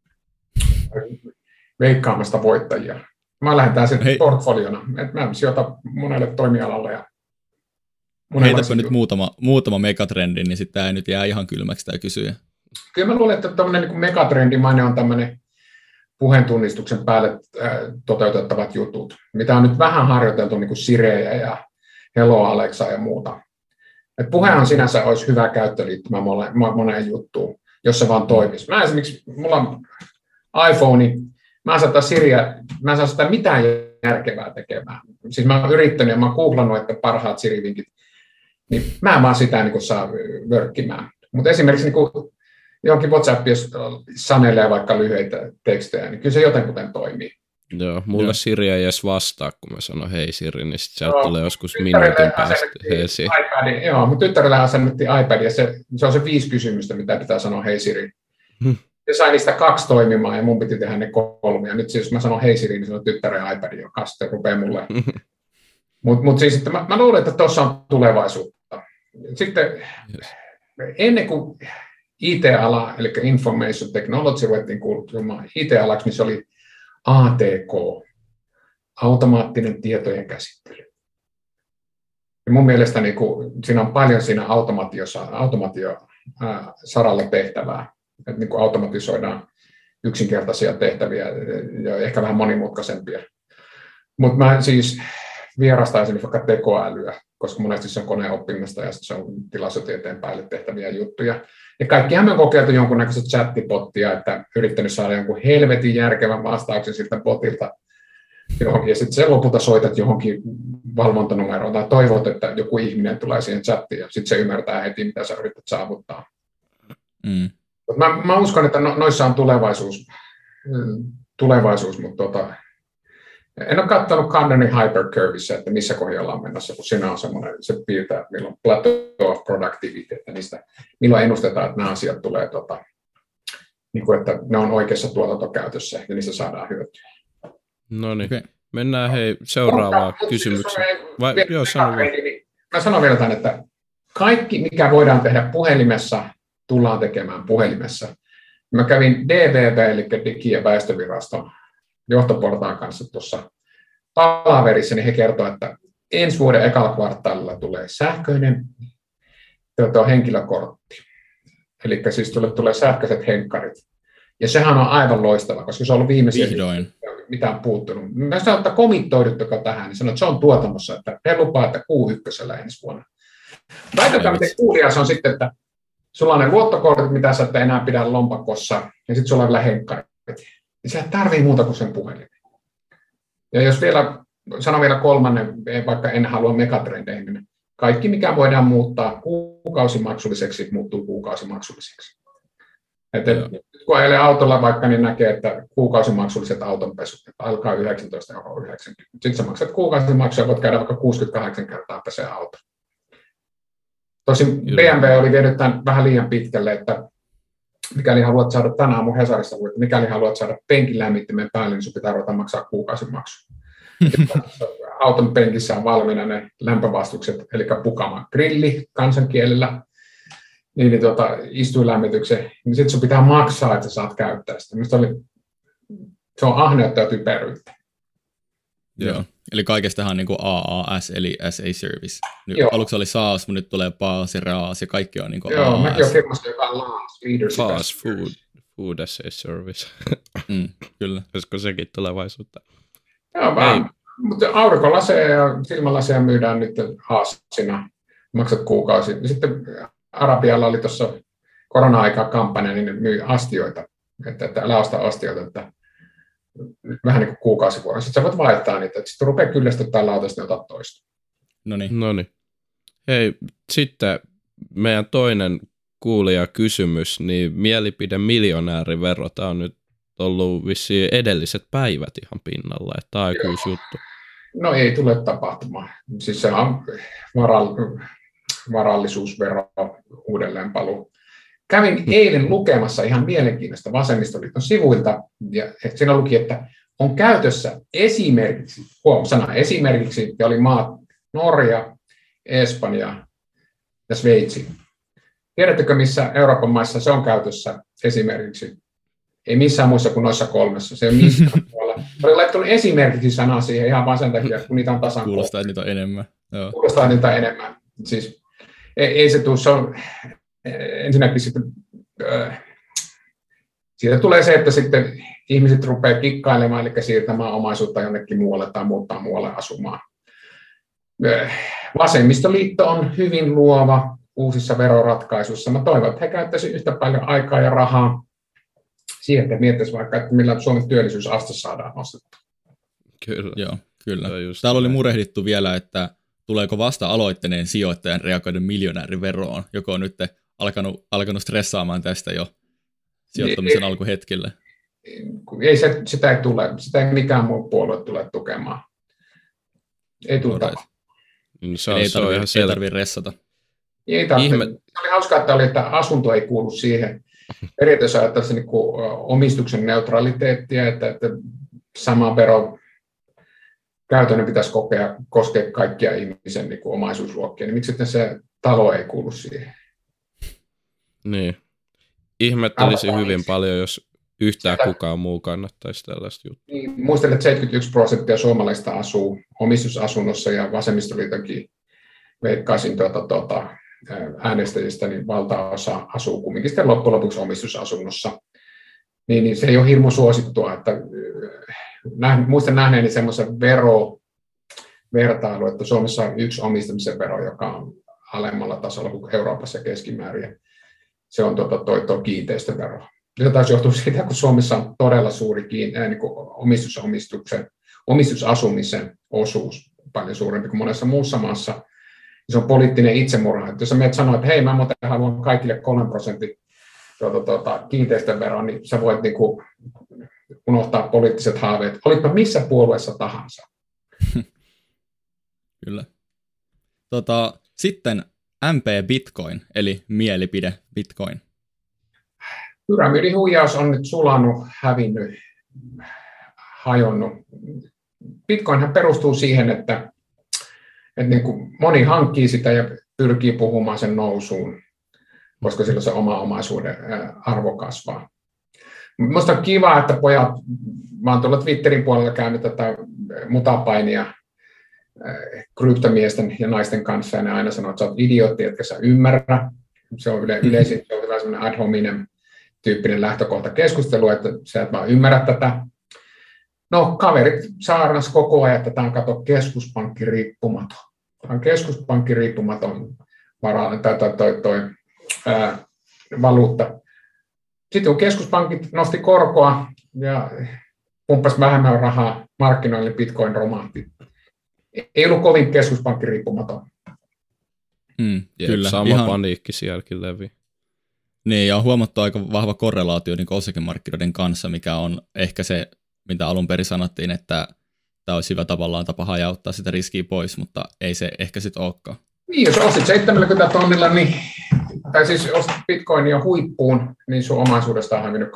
veikkaamasta voittajia. Mä lähdetään sen portfoliona. Että mä sijoitan monelle toimialalle. Ja heitäpä nyt muutama megatrendi, niin sitten tämä nyt jää ihan kylmäksi tämä kysyjä. Kyllä mä luulen, että tämmöinen niin megatrendimainen on tämmöinen puheentunnistuksen päälle toteutettavat jutut, mitä on nyt vähän harjoiteltu niin kuin Sirejä ja Hello Alexa ja muuta. Et puhehan sinänsä olisi hyvä käyttöliittymä moneen juttuun, jos se vaan toimisi. Mä esimerkiksi, mulla on iPhone, mä en saa sitä mitään järkevää tekemään. Siis mä oon yrittänyt ja mä oon googlannut, että parhaat Siri-vinkit, niin mä en vaan sitä niin kuin saa vörkkimään. Mutta esimerkiksi niin kuin johonkin WhatsApp, jos sanelee vaikka lyhyitä tekstejä, niin kyllä se jotenkuten toimii. Joo, mulle Siri ei edes vastaa, kun mä sanon hei Siri, niin sitten sieltä tulee joskus minuutin päästä heisiin. Joo, mutta tyttärelle asennettiin iPad, ja se on se 5 kysymystä, mitä pitää sanoa hei Siri. Se sai niistä 2 toimimaan, ja mun piti tehdä ne 3. Ja nyt siis, jos mä sanon hei Siri, niin se on tyttären iPad, joka sitten rupeaa mulle. Mutta siis, että mä luulen, että tuossa on tulevaisuutta. Sitten ennen kuin IT-ala, eli Information Technology, ruvettiin kuulumaan IT-alaksi, niin se oli ATK, automaattinen tietojen käsittely. Ja mun mielestä niin siinä on paljon siinä automaatiosaralla tehtävää, että niin automatisoidaan yksinkertaisia tehtäviä ja ehkä vähän monimutkaisempia. Mutta mä siis vierastaisin vaikka tekoälyä, koska monesti se on koneoppimista ja se on tilastotieteen päälle tehtäviä juttuja. Ja kaikkihan me on kokeiltu jonkunnäköistä chattibottia, että yrittänyt saada jonkun helvetin järkevän vastauksen siltä botilta johonkin, ja sitten sen lopulta soitat johonkin valvontanumeroon tai toivot, että joku ihminen tulee siihen chattiin, ja sitten se ymmärtää heti, mitä sä yrität saavuttaa. Mä uskon, että noissa on tulevaisuus, mutta en ole katsonut Kandonin Hypercurveissa, että missä kohdalla on menossa, kun siinä on semmoinen, se piirtää, että milloin plateau of productivity, että niistä, milloin ennustetaan, että nämä asiat tulee, niin kuin, että ne on oikeassa tuotantokäytössä ja niistä saadaan hyötyä. No niin, mennään seuraavaan kysymykseen. Mä sanon vielä tämän, että kaikki, mikä voidaan tehdä puhelimessa, tullaan tekemään puhelimessa. Mä kävin DVV, eli Digi- ja väestöviraston johtoportaan kanssa tuossa palaverissa, niin he kertovat, että ensi vuoden ekalla kvartaalilla tulee sähköinen henkilökortti. Eli siis tulee sähköiset henkkarit. Ja sehän on aivan loistava, koska se on ollut viimeisiä, mitä on puuttunut. Mä sanon, että komittoidutteko tähän, niin sanon, että se on tuotannossa, että he lupaa, että Q1 ensi vuonna. Väitetään, miten kuulia se on sitten, että sulla on ne luottokortit, mitä sä et enää pidä lompakossa, ja sitten sulla on vielä henkkarit. Niin sä et tarvii muuta kuin sen puhelimen. Ja jos sanon vielä 3, vaikka en halua megatrendeihin, niin kaikki, mikä voidaan muuttaa kuukausimaksulliseksi, muuttuu kuukausimaksulliseksi. Kun ajelee autolla vaikka, niin näkee, että kuukausimaksulliset autonpesut alkaa 19,90 €. Sitten sä maksat kuukausimaksuja, voit käydä vaikka 68 kertaa pesee auto. Tosin BMW oli vienyt tämän vähän liian pitkälle, että mikäli haluat saada tänä aamun Hesarissa, mikäli haluat saada penkin lämmittimen päälle, niin sun pitää ruveta maksaa kuukausimaksu. Auton penkissä on valmiina ne lämpövastukset, eli pukama grilli kansankielellä, niin istuinlämmityksen, niin sitten sun pitää maksaa, että sä saat käyttää sitä. Se on ahneutta ja typeryyttä. Joo, eli kaikestahan on niin kuin AAS, eli as a service. Aluksi oli SaaS, mutta nyt tulee PaaS ja RaaS, ja kaikki on niin kuin Joo, AAS. mäkin olen firmassa, joka on LaaS, Fast food. Food as a service. Kyllä. Olisiko sekin tulevaisuutta? Joo, vaan. Mutta aurinkolaseja ja silmälaseja myydään nyt Haasina, maksat kuukausi. Sitten Arabialla oli tuossa korona-aikaa kampanja, niin ne myy astioita, että älä osta astioita, että vähän niin kuin kuukausivuonna. Sitten sä voit vaihtaa niitä, että sitten rupeaa kyllästyttää lautasta, niin otat toista. Noniin. Hei, sitten meidän toinen kuulijakysymys, niin mielipidemiljonäärivero, tämä on nyt ollut vissiin edelliset päivät ihan pinnalla, että tämä on uusi juttu. No ei tule tapahtumaan. Siis se on varallisuusvero uudelleenpaluu. Kävin eilen lukemassa ihan mielenkiintoista Vasemmistoliiton sivuilta, ja siinä luki, että on käytössä esimerkiksi, ja oli maat Norja, Espanja ja Sveitsi. Tiedättekö, missä Euroopan maissa se on käytössä esimerkiksi? Ei missään muissa kuin noissa kolmessa. Se ei missään tuolla. Olen laittanut esimerkiksi sanaa siihen ihan vaan sen takia, kun niitä on tasan. Kuulostaa, että niitä on enemmän. Joo. Kuulostaa niitä enemmän. Siis, ei se tule, se on ensinnäkin sitten, siitä tulee se, että sitten ihmiset rupeaa kikkailemaan, eli siirtämään omaisuutta jonnekin muualle tai muuttaa muualle asumaan. Vasemmistoliitto on hyvin luova uusissa veroratkaisuissa. Mä toivon, että he käyttäisivät yhtä paljon aikaa ja rahaa siihen, että miettäisiin vaikka, että millä Suomen työllisyysaste saadaan nostettua. Kyllä. Joo, kyllä. Täällä oli murehdittu vielä, että tuleeko vasta aloittaneen sijoittajan reagoida miljonääriveroon, joka on nyt alkanut stressaamaan tästä jo sijoittamisen alkuhetkellä. Ei sitä ei tule, sitä ei mikään muu puolue tule tukemaan. Ei tule tapaa. Ei tarvitse ressata. Ei tarvitse. Se oli hauskaa, että asunto ei kuulu siihen. Periaatteessa ajattelisi niin omistuksen neutraliteettia, että sama vero käytännön pitäisi koskea kaikkia ihmisen niin omaisuusluokkia, niin miksi sitten se talo ei kuulu siihen? Niin. Ihmettelisin hyvin paljon, jos yhtään kukaan muu kannattaisi tällaista juttua. Niin, muistelen, että 71% suomalaista asuu omistusasunnossa ja vasemmistoliitonkin veikkaisin äänestäjistä, niin valtaosa asuu kumminkin sitten loppujen lopuksi omistusasunnossa. Niin se ei ole hirmu suosittua, että muistan nähneeni semmoisen verovertailu, että Suomessa on yksi omistamisen vero, joka on alemmalla tasolla kuin Euroopassa keskimäärin. Se on tuo kiinteistövero. Se taisi johtua siitä, kun Suomessa on todella suuri omistusasumisen osuus, paljon suurempi kuin monessa muussa maassa. Se on poliittinen itsemurha. Että jos sä menet sanoa, että hei, mä muuten haluan kaikille 3% kiinteistöveroa, niin sä voit niinku unohtaa poliittiset haaveet. Olitpa missä puolueessa tahansa. Kyllä. Sitten MP Bitcoin, eli mielipide Bitcoin. Pyramidihuijaus on nyt sulanut, hävinnyt, hajonnut. Bitcoinhan perustuu siihen, että niin kuin moni hankkii sitä ja pyrkii puhumaan sen nousuun, koska silloin se oma omaisuuden arvo kasvaa. Minusta on kiva, että pojat, mä oon tuolla Twitterin puolella käynyt tätä mutapainia kryptomiesten ja naisten kanssa, ja ne aina sanoo, että sä oot idiootti, etkä sä ymmärrä. Se on yleisin, se on hyvä sellainen ad hominem tyyppinen lähtökohta keskustelu, että sä et vaan ymmärrä tätä. No, kaverit saarnas koko ajan, että tämä on keskuspankkiriippumaton. Tämä on keskuspankkiriippumaton valuutta. Sitten kun keskuspankit nosti korkoa ja pumppasi vähemmän rahaa markkinoille, Bitcoin romahti. Ei ollut kovin keskuspankkiriippumaton. Kyllä. Sama paniikki sielläkin levi. Niin, ja on huomattu aika vahva korrelaatio niin osakemarkkinoiden kanssa, mikä on ehkä se, mitä alun perin sanottiin, että tämä olisi hyvä tavallaan tapa hajauttaa sitä riskiä pois, mutta ei se ehkä sitten olekaan. Niin, jos ostit 70 tonnilla, niin, tai siis ostit Bitcoinia huippuun, niin sun omaisuudesta on hävinnyt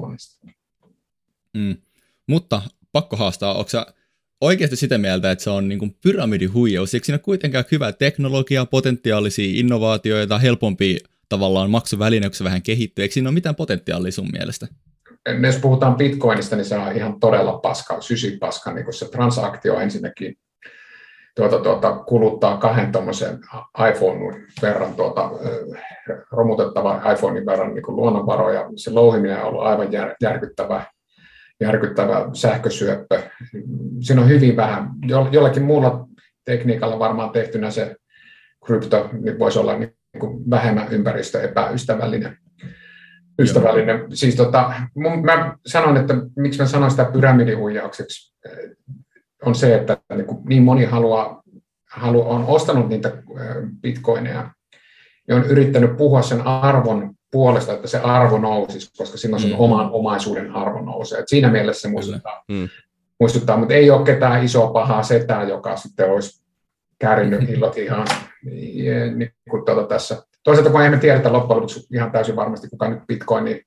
2/3. Mutta pakko haastaa, onko sä oikeasti sitä mieltä, että se on niin kuin pyramidihuijaus? Eikö siinä kuitenkaan hyvää teknologiaa, potentiaalisia innovaatioita, helpompia tavallaan maksuväline, kun se vähän kehittyy? Eikö siinä ole mitään potentiaalia sun mielestä? Jos puhutaan Bitcoinista, niin se on ihan todella paska, sysipaska, niin kuin se transaktio ensinnäkin. kuluttaa 2 tuommoisen iPhonein verran, romutettava iPhonein verran niin kuin luonnonvaroja. Se louhiminen on ollut aivan järkyttävä sähkösyöppö. Siinä on hyvin vähän. Jollakin muulla tekniikalla varmaan tehtynä se krypto niin voisi olla niin kuin vähemmän ympäristöepäystävällinen. Siis mä sanon, että miksi mä sanon sitä pyramidihuijaukseksi, on se, että niin moni on ostanut niitä bitcoineja ja on yrittänyt puhua sen arvon puolesta, että se arvo nousisi, koska silloin sun oman omaisuuden arvo nousee. Et siinä mielessä se muistuttaa, mutta ei ole ketään isoa pahaa setää, joka sitten olisi käärinyt hillot ihan niin kuin tässä. Toisaalta kun emme tiedetä loppujen lopuksi ihan täysin varmasti, kuka nyt Bitcoinin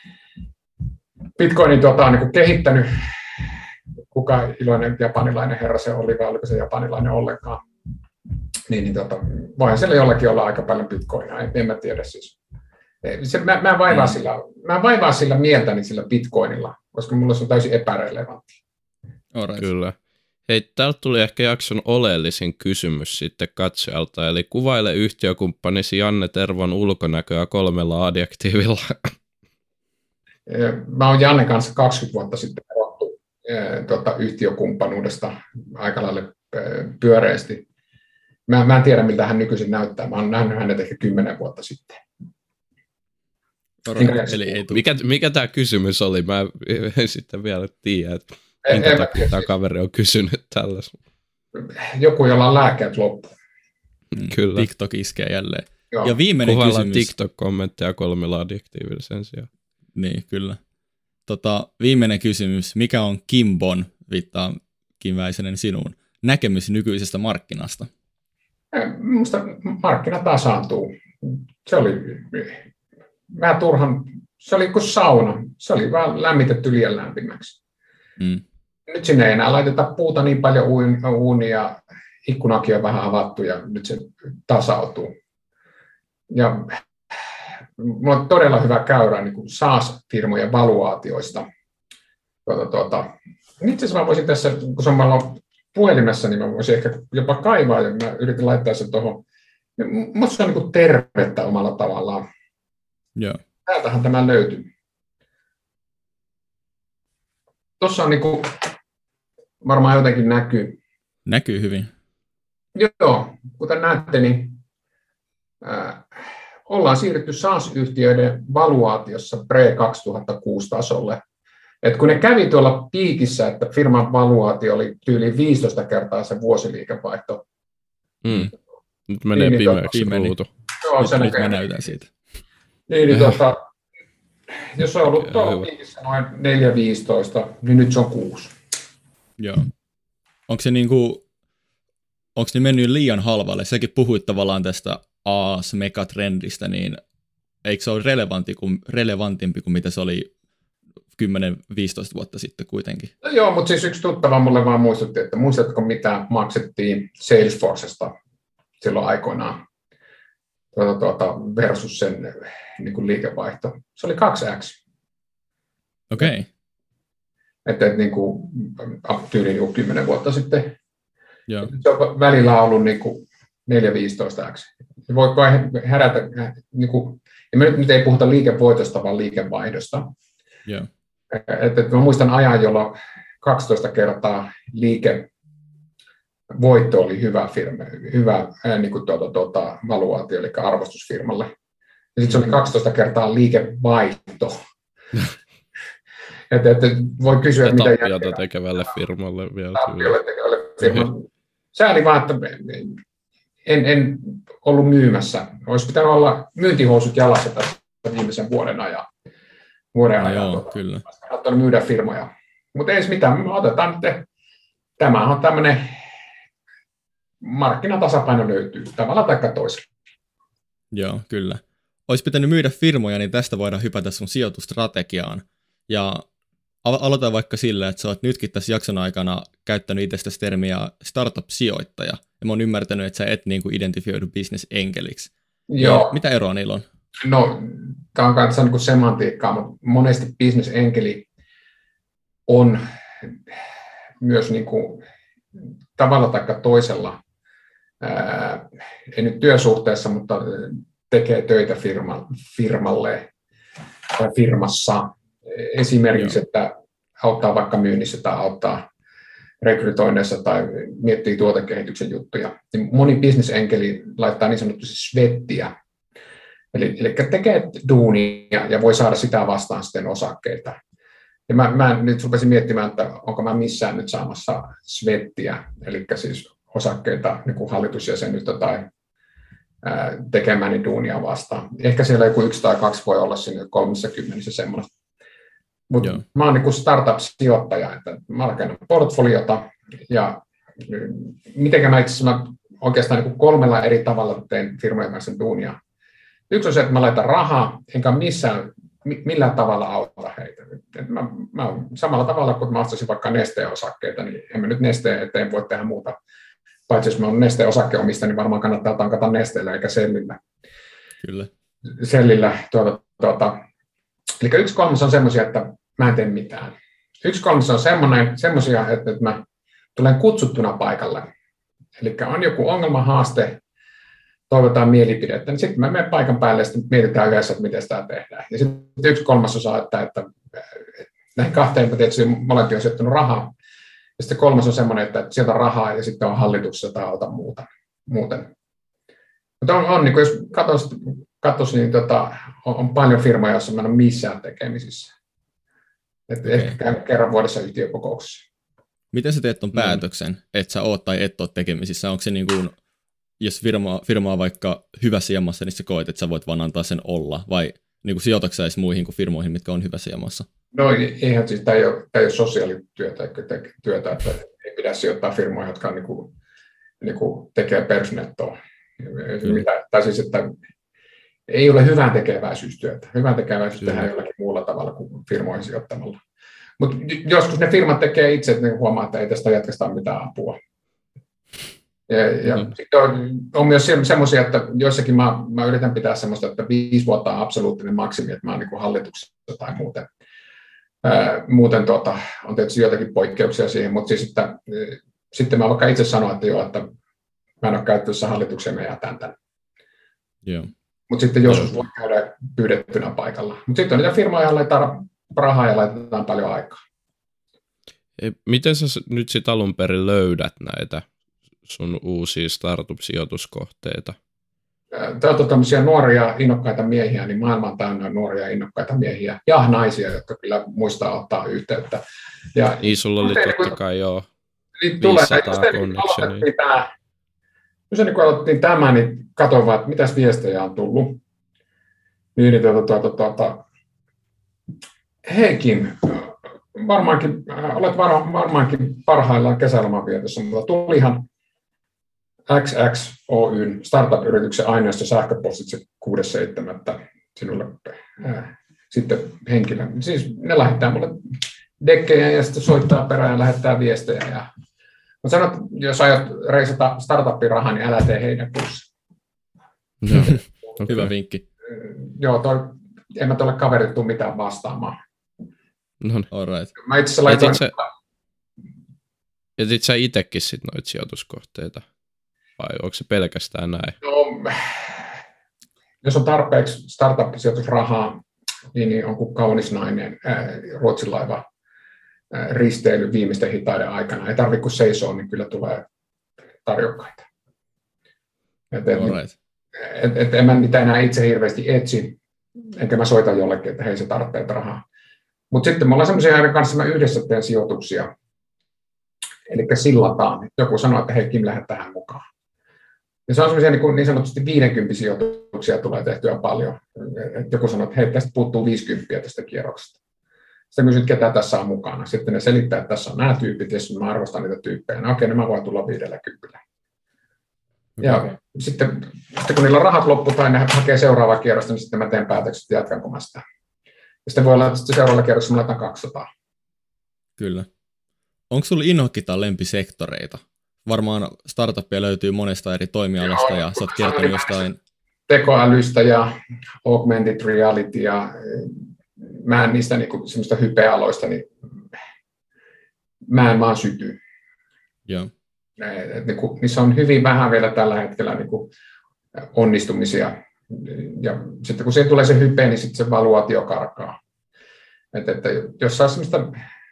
on niin kuin kehittänyt, kuka iloinen japanilainen herra se oli, vai oliko se japanilainen ollenkaan, voihan siellä jollakin olla aika paljon Bitcoinia, en mä tiedä siis. Mä en vaivaa sillä mieltäni sillä Bitcoinilla, koska mulla se on täysin epärelevantti. Kyllä. Hei, täältä tuli ehkä jakson oleellisin kysymys sitten katsojalta, eli kuvaile yhtiökumppanisi Janne Tervon ulkonäköä 3 adjektiivilla. Mä oon Janne kanssa 20 vuotta sitten erottu yhtiökumppanuudesta aika lailla pyöreästi. Mä en tiedä, miltä hän nykyisin näyttää. Mä oon nähnyt hänet ehkä 10 vuotta sitten. Mikä tämä kysymys oli? Mä en sitten vielä tiedä, että minkä takia tämä kaveri on kysynyt tällaista. Joku, jolla on lääkkeet loppu. Kyllä. TikTok iskee jälleen. Joo. Ja viimeinen kysymys. TikTok-kommentteja 3 adjektiivilla sen sijaan. Niin, kyllä. Viimeinen kysymys. Mikä on Kimbon, viittaa Kim Väisänen sinuun, näkemys nykyisestä markkinasta? Minusta markkina tasaantuu. Se oli vähän turhan, se oli kuin sauna. Se oli vaan lämmitetty liian lämpimäksi. Nyt sinne ei enää laiteta puuta niin paljon uunia, ikkunakin on vähän avattu ja nyt se tasautuu. Ja minulla on todella hyvä käyrä niin kuin SaaS-firmojen valuaatioista. Itse asiassa mä voisin tässä, kun samalla puhelimessa, niin mä voisin ehkä jopa kaivaa ja mä yritin laittaa sen tuohon. Minusta se on niin kuin tervettä omalla tavallaan. Joo. Täältähän tämä löytyy. Tuossa on niin kuin, varmaan jotenkin näkyy. Näkyy hyvin. Joo, kuten näette, niin ollaan siirrytty SaaS-yhtiöiden valuaatiossa pre-2006-tasolle. Et kun ne kävi tuolla piikissä, että firman valuaatio oli tyyliin 15 kertaa se vuosiliikevaihto. Nyt menee pimeäksi ruutu. Joo, nyt mä näytän siitä. Jos on ollut tuolla piikissä noin 4-15, niin nyt se on 6. Joo. Onko ne mennyt liian halvalle? Säkin puhuit tavallaan tästä AAS-megatrendistä, niin eikö se ole relevantimpi kuin mitä se oli 10-15 vuotta sitten kuitenkin? No joo, mutta siis yksi tuttava mulle vaan muistutti, että muistatko mitä maksettiin Salesforcesta silloin aikoinaan versus sen niin kuin liikevaihto. Se oli 2x. Okei. Että niin kuin tyyliin 10 vuotta sitten. Joo. Se on välillä ollut niin kuin 4-15x. Voi herätä, niin kuin, ja me nyt ei puhuta liikevoitosta, vaan liikevaihdosta. Joo. Että mä muistan ajan, jolloin 12 kertaa liikevoitto oli hyvä niin kuin valuaatio, eli arvostusfirmalle. Ja sitten se oli 12 kertaa liikevaihto. että voi kysyä, mitä tappiota tekevälle firmalle vielä. Sääli vaan, että en ollut myymässä. Olisi pitänyt olla myyntihousut jalassa tässä viimeisen vuoden ajan. Joo, kyllä. Kannattaa myydä firmoja. Mutta ei mitään, me otetaan nyt. Tämä on tämmöinen markkinatasapaino löytyy tavalla tai toisella. Joo, kyllä. Olisi pitänyt myydä firmoja, niin tästä voidaan hypätä sun sijoitustrategiaan. Ja aloita vaikka sillä, että sä oot nytkin tässä jakson aikana käyttänyt itsestäsi termiä startup-sijoittaja. Ja mä oon ymmärtänyt, että sä et niin kuin identifioidu business-enkeliksi. Joo. Mitä eroa niillä on? No, tämä on kanssa niin semantiikkaa, mutta monesti business-enkeli on myös niin kuin tavalla tai toisella, ei nyt työsuhteessa, mutta tekee töitä firmalle tai firmassa. Esimerkiksi, että auttaa vaikka myynnissä tai auttaa rekrytoinneissa tai miettii tuotekehityksen juttuja. Moni bisnesenkeli laittaa niin sanotusti svettiä. Eli tekee duunia ja voi saada sitä vastaan sitten osakkeita. Ja mä nyt rupesin miettimään, että onko mä missään nyt saamassa svettiä, eli siis osakkeita niin kuin hallitusjäsenyyttä tai tekemäni duunia vastaan. Ehkä siellä joku 1 tai 2 voi olla sinne 30 semmoinen. Mutta mä oon niin startup-sijoittaja, että mä rakennan portfoliota ja mitenkä mä itse asiassa oikeastaan niin 3 eri tavalla teen firmojen kanssa duunia. Yksi on se, että mä laitan rahaa, enkä millään tavalla auta heitä. Mä samalla tavalla, kun mä ostaisin vaikka Nesteen osakkeita, niin en mä nyt Nesteen eteen voi tehdä muuta. Paitsi jos mä oon Nesteen osakkeomista, niin varmaan kannattaa tankata Nesteellä eikä Sellillä. Kyllä. Sellillä. Eli 1/3 on semmoisia, että mä en tee mitään. 1/3 on semmoisia, että mä tulen kutsuttuna paikalle. Eli on joku ongelma, haaste, toivotaan mielipidettä, niin sitten mä menen paikan päälle ja sitten mietitään yhdessä, että miten sitä tehdään. Ja sitten 1/3 että näihin 2 mä tietysti molempia on sijoittanut rahaa. Ja sitten 3 on semmoinen, että sieltä on rahaa ja sitten on hallituksessa tai auta muuten. Mutta on niin kuin jos katsoisi, niin on paljon firmoja, joissa mä en ole missään tekemisissä. Ehkä käyn kerran vuodessa yhtiökokouksessa. Miten sä teet ton päätöksen, että sä oot tai et ole tekemisissä? Onko se niin kuin, jos firma on vaikka hyvässä jamassa, niin sä koet, että sä voit vaan antaa sen olla, vai niin kuin sijoitatko sä edes muihin kuin firmoihin, mitkä on hyvässä jamassa? No eihän siis, tämä ei ole sosiaalityötä, että ei pidä sijoittaa firmoja, jotka niin kuin tekee persnettoa. Tai siis, että ei ole hyvän tekeväisyystyötä. Hyvän tekeväisyys tehdään jollakin muulla tavalla kuin firmoihin sijoittamalla. Mutta joskus ne firmat tekee itse, että ne huomaa, että ei tästä jatkesta mitään apua. Ja sitten on myös semmoisia, että joissakin mä yritän pitää semmoista, että 5 vuotta on absoluuttinen maksimi, että mä oon niin hallituksessa tai muuten. Muuten on tietysti joitakin poikkeuksia siihen, mutta siis, että sitten mä vaikka itse sanon, että joo, että mä en ole käytössä hallitukseen, mä jätän tämän. Mutta sitten joskus voi käydä pyydettynä paikalla. Mutta sitten on niitä firmoja, joilla laitetaan rahaa ja laitetaan paljon aikaa. Miten sä nyt sit alun perin löydät näitä sun uusia startup-sijoituskohteita? Täältä on tämmöisiä nuoria innokkaita miehiä, niin maailma on täynnä nuoria innokkaita miehiä ja naisia, jotka kyllä muistaa ottaa yhteyttä. Niin, sulla oli totta kai joo 500 connectionia. Jos niin kun aloitettiin tämä, niin katsoin vaan, että mitäs viestejä on tullut. Niin, Heikin, olet varmaankin parhaillaan kesälomanvietossa, mutta tulihan XX Oyn startup-yrityksen aineisto sähköpostitse 6.7. sinulle sitten henkilö. Siis ne lähettää mulle dekkejä ja sitten soittaa perään ja lähettää viestejä. Mutta sanon, että jos aiot reisata startup-rahaa, niin älä tee heinäkuussa. Okay. Hyvä vinkki. Joo, en mä tuolle kaverit tule mitään vastaamaan. No, all right. Mä itse asiassa laitoin... Etit sä itsekin sit noita sijoituskohteita? Vai onko se pelkästään näin? No, jos on tarpeeksi startup-sijoitusrahaa, niin on kuin kaunis nainen Ruotsin laiva risteily viimeisten hitaiden aikana. Ei tarvitse kun seisoo, niin kyllä tulee tarjokkaita. En mä niitä enää itse hirveästi etsi, enkä mä soita jollekin, että hei, se tarvitsee rahaa. Mutta sitten me ollaan sellaisia, joiden kanssa mä yhdessä teen sijoituksia. Eli sillataan. Joku sanoo, että hei, Kim, lähde tähän mukaan. Ja se on sellaisia niin sanotusti 50 sijoituksia tulee tehtyä paljon. Joku sanoo, että hei, tästä puuttuu 50 tästä kierroksesta. Sitten kysyt, ketä tässä on mukana. Sitten ne selittää, että tässä on nämä tyypit, ja mä arvostan niitä tyyppejä. No okei, mä voin tulla 50. Okay. Ja sitten kun niillä rahat loppu tai ne hakee seuraavaa kierrosta, niin sitten mä teen päätökset, että jatkanko mä sitä. Ja sitten voi olla, että seuraavalla kierroksella mä laitan 200. Kyllä. Onko sulla inhokki tai lempisektoreita? Varmaan startuppia löytyy monesta eri toimialasta ja sä oot kertonut jostain... Tekoälystä ja augmented reality ja mä en niistä niinku semmoista hypealoista, niin mä en vaan syty. Joo. Niissä on hyvin vähän vielä tällä hetkellä niin kuin onnistumisia. Ja sitten kun siihen tulee se hype, niin sitten se valuaatio karkaa. Että jos saa sellaista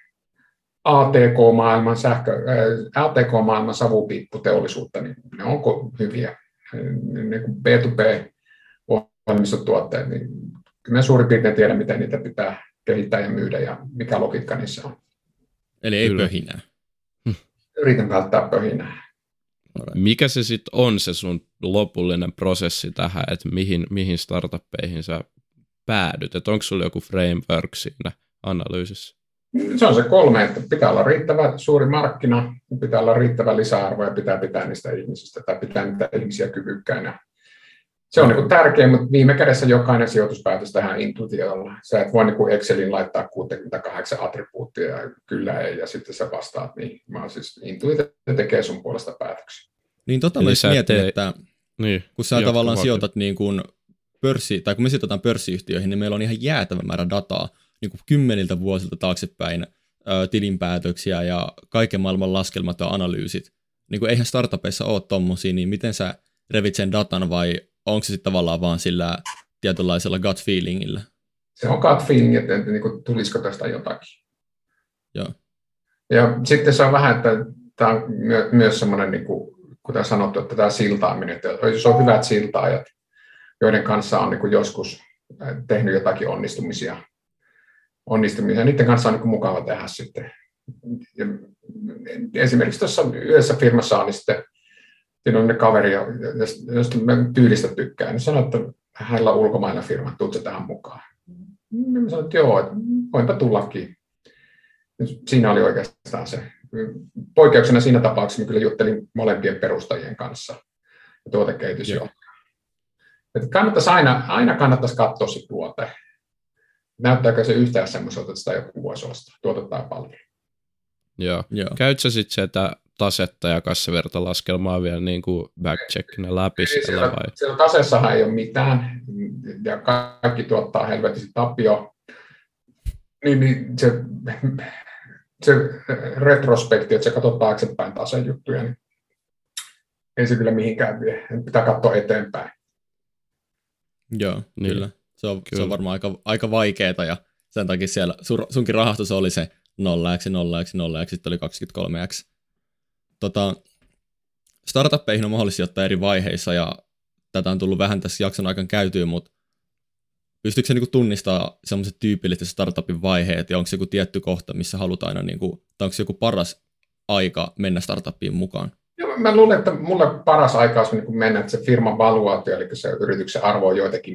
ATK-maailman savupiipputeollisuutta, niin ne onko hyviä. Niin kuin B2B-ohjelmistotuotteet, niin kyllä me suurin piirtein tiedä, miten niitä pitää kehittää ja myydä ja mikä logiikka niissä on. Eli ei pöhinää. Yritän välttää pöhinää. Mikä se sitten on se sun lopullinen prosessi tähän, että mihin startuppeihin sä päädyt? Että onko sulla joku framework siinä analyysissä? Se on se 3, että pitää olla riittävä suuri markkina, pitää olla riittävä lisäarvo ja pitää niistä ihmisistä tai pitää niitä ihmisiä kyvykkäinä. Se on niin tärkeä, mutta viime kädessä jokainen sijoituspäätös tähän intuitiolla. Sä et voi niin Excelin laittaa 68 attribuuttia ja kyllä ei, ja sitten sä vastaat niin. Vaan siis intuitio tekee sun puolesta päätöksiä. Niin mä mietin, että kun sä tavallaan sijoitat niin kuin tai kun me sijoitetaan pörssiyhtiöihin, niin meillä on ihan jäätävä määrä dataa niin kuin 10 vuosilta taaksepäin, tilinpäätöksiä ja kaiken maailman laskelmat ja analyysit. Niin kuin eihän startupeissa ole tommosia, niin miten sä revit sen datan vai onko se sitten tavallaan vaan sillä tietynlaisella gut feelingillä? Se on gut feeling, että niin kuin, tulisiko tästä jotakin. Joo. Ja sitten se on vähän, että tämä on myös semmoinen, niin kuin, kuten sanottu, että tämä siltaaminen, että jos on hyvät siltaajat, joiden kanssa on niin kuin joskus tehnyt jotakin onnistumisia, niiden kanssa on niin kuin mukava tehdä sitten. Ja esimerkiksi tuossa yhdessä firmassa on, niin sitten siinä on ne kaveri, josta mä tyylistä tykkään, niin sanoi, että hänellä on ulkomailla firma, tuutko tähän mukaan? Mä sanoin, että joo, että voinpa tullakin. Siinä oli oikeastaan se. Poikkeuksena siinä tapauksessa mä kyllä juttelin molempien perustajien kanssa ja tuotekehitysjohtajan. Aina kannattaisi katsoa se tuote. Näyttääkö se yhtään semmoiselta, että sitä joku voisi ostaa, tuotetaan paljon. Joo. Käytkö sitten sitä tasetta ja kassavirtalaskelmaa vielä niin kuin backcheckinä läpi siellä vai? Siellä taseessahan ei ole mitään ja kaikki tuottaa helvetisti tappio. Niin se retrospekti, että se katsoo taaksepäin tasejuttuja, niin ei se kyllä mihinkään vie. Pitää katsoa eteenpäin. Joo, niin. Kyllä. Se on varmaan aika vaikeeta ja sen takia siellä sunkin rahastus oli se 0x, 0x, 0x, sitten oli 23x. Startuppeihin on mahdollista ottaa eri vaiheissa ja tätä on tullut vähän tässä jakson aikana käytyä, mutta pystyykö se niinku tunnistaa sellaiset tyypilliset startupin vaiheet ja onko se joku tietty kohta, missä halutaan aina, tai onko se joku paras aika mennä startupiin mukaan? Joo, mä luulen, että mulle paras aika olisi niin mennä, että se firman valuaatio, eli se yrityksen arvo on joitakin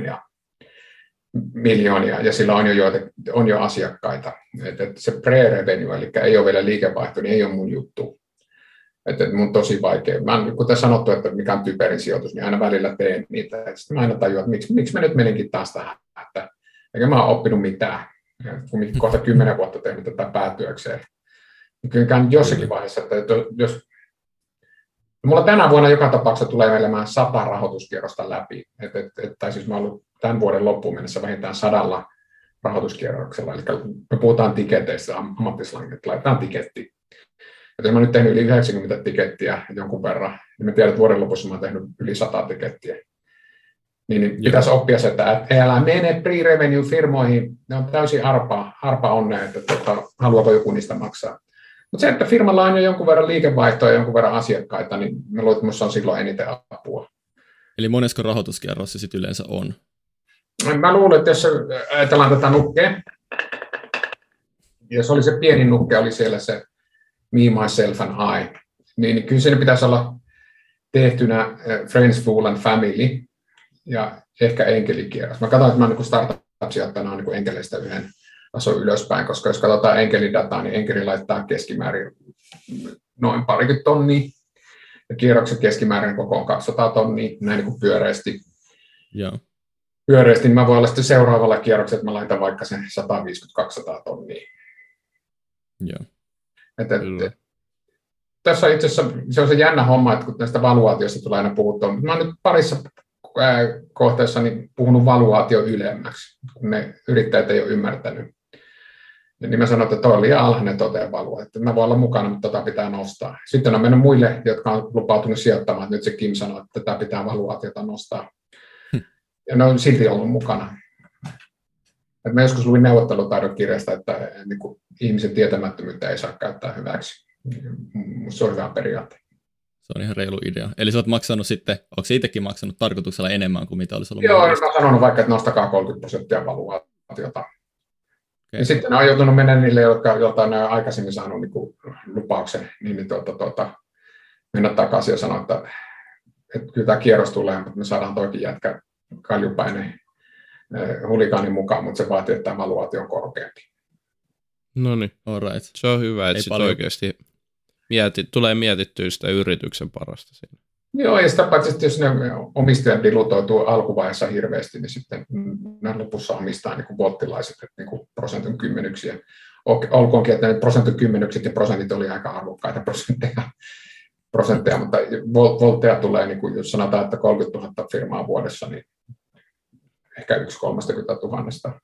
miljoonia ja sillä on jo asiakkaita. Että se pre-revenue, eli ei ole vielä liikevaihto, niin ei ole mun juttu. Että mun on tosi vaikea. Kuten sanottu, että mikä on typerin sijoitus, niin aina välillä teen niitä. Sitten mä aina tajuan, että miksi mä nyt menenkin taas tähän. Eikä mä ole oppinut mitään. Kun kohta 10 vuotta tehnyt tätä päätyökseen. Kyllä jossakin vaiheessa, että jos mulla tänä vuonna joka tapauksessa tulee menemään 100 rahoituskierrosta läpi. Tai siis mä oon ollut tämän vuoden loppuun mennessä vähintään 100 rahoituskierroksella. Eli me puhutaan tiketeistä, ammattislangit, laitetaan tiketti. Jos mä oon nyt tehnyt yli 90 tikettiä jonkun verran, niin mä tiedän, että vuoden lopussa mä oon tehnyt yli 100 tikettiä. Niin pitäisi oppia se, että älä mene pre-revenue-firmoihin, ne on täysin harpa onnea, että haluaako joku niistä maksaa. Mutta se, että firmalla on jo jonkun verran liikevaihtoa ja jonkun verran asiakkaita, niin mä luulen, että minusta on silloin eniten apua. Eli monesko rahoituskierros se sitten yleensä on? Mä luulen, että jos ajatellaan tätä nukkea, ja se oli se pieni nukke, oli siellä se Me, Myself and I, niin kyllä siinä pitäisi olla tehtynä Friends, Fool and Family ja ehkä enkelikierros. Mä katsoin, että mä niin startup-sijoittajana on niin enkeleistä yhden tason ylöspäin, koska jos katsotaan enkelidataa, niin enkeli laittaa keskimäärin noin 20 tonnia, ja kierroksen keskimäärin koko on 200 tonnia, näin niin kuin pyöreästi. Joo. Pyöreästi, niin mä voin olla sitten seuraavalla kierroksella, että mä laitan vaikka sen 150-200 tonnia. Joo. Tässä itse asiassa se on se jännä homma, että kun näistä valuaatioista tulee aina puhuttua, mutta mä oon nyt parissa kohteessa niin puhunut valuaatio ylemmäksi, kun ne yrittäjät ei ole ymmärtänyt. Niin mä sanoin, että toi on liian alhainen toteavalu, että mä voin olla mukana, mutta tota pitää nostaa. Sitten on mennyt muille, jotka on lupautunut sijoittamaan, että nyt se Kim sanoi, että tätä pitää valuaatiota nostaa. Ja ne on silti ollut mukana. Et mä joskus luin neuvottelutaidon kirjasta, että niin kuin ihmisen tietämättömyyttä ei saa käyttää hyväksi. Se on hyvä periaate. Se on ihan reilu idea. Eli sä oot maksanut sitten, onko se itsekin maksanut tarkoituksella enemmän kuin mitä olisi ollut? Joo, mä oon sanonut vaikka, että nostakaa 30% valuaatiota. Okay. Ja sitten ne on joutunut mennä niille, joilta ne on aikaisemmin saanut niin kuin lupauksen, niin mennä takaisin ja sanoa, että kyllä tämä kierros tulee, mutta me saadaan toikin jätkä kaljupäinen huligaanin mukaan, mutta se vaatii, että tämä valuaatio on korkeampi. No niin, right. Se on hyvä, että sitten oikeasti tulee mietittyä sitä yrityksen parasta siinä. Joo, ja sitä paitsi, jos ne omistajat dilutoituu alkuvaiheessa hirveästi, niin sitten ne lopussa omistaa niin kuin volttilaiset, niin kuin prosentin kymmenyksiä. Olkoonkin, että ne prosentin kymmenykset ja prosentit oli aika arvokkaita prosentteja, mutta voltteja tulee, niin kuin jos sanotaan, että 30 000 firmaa vuodessa, niin ehkä 30 000.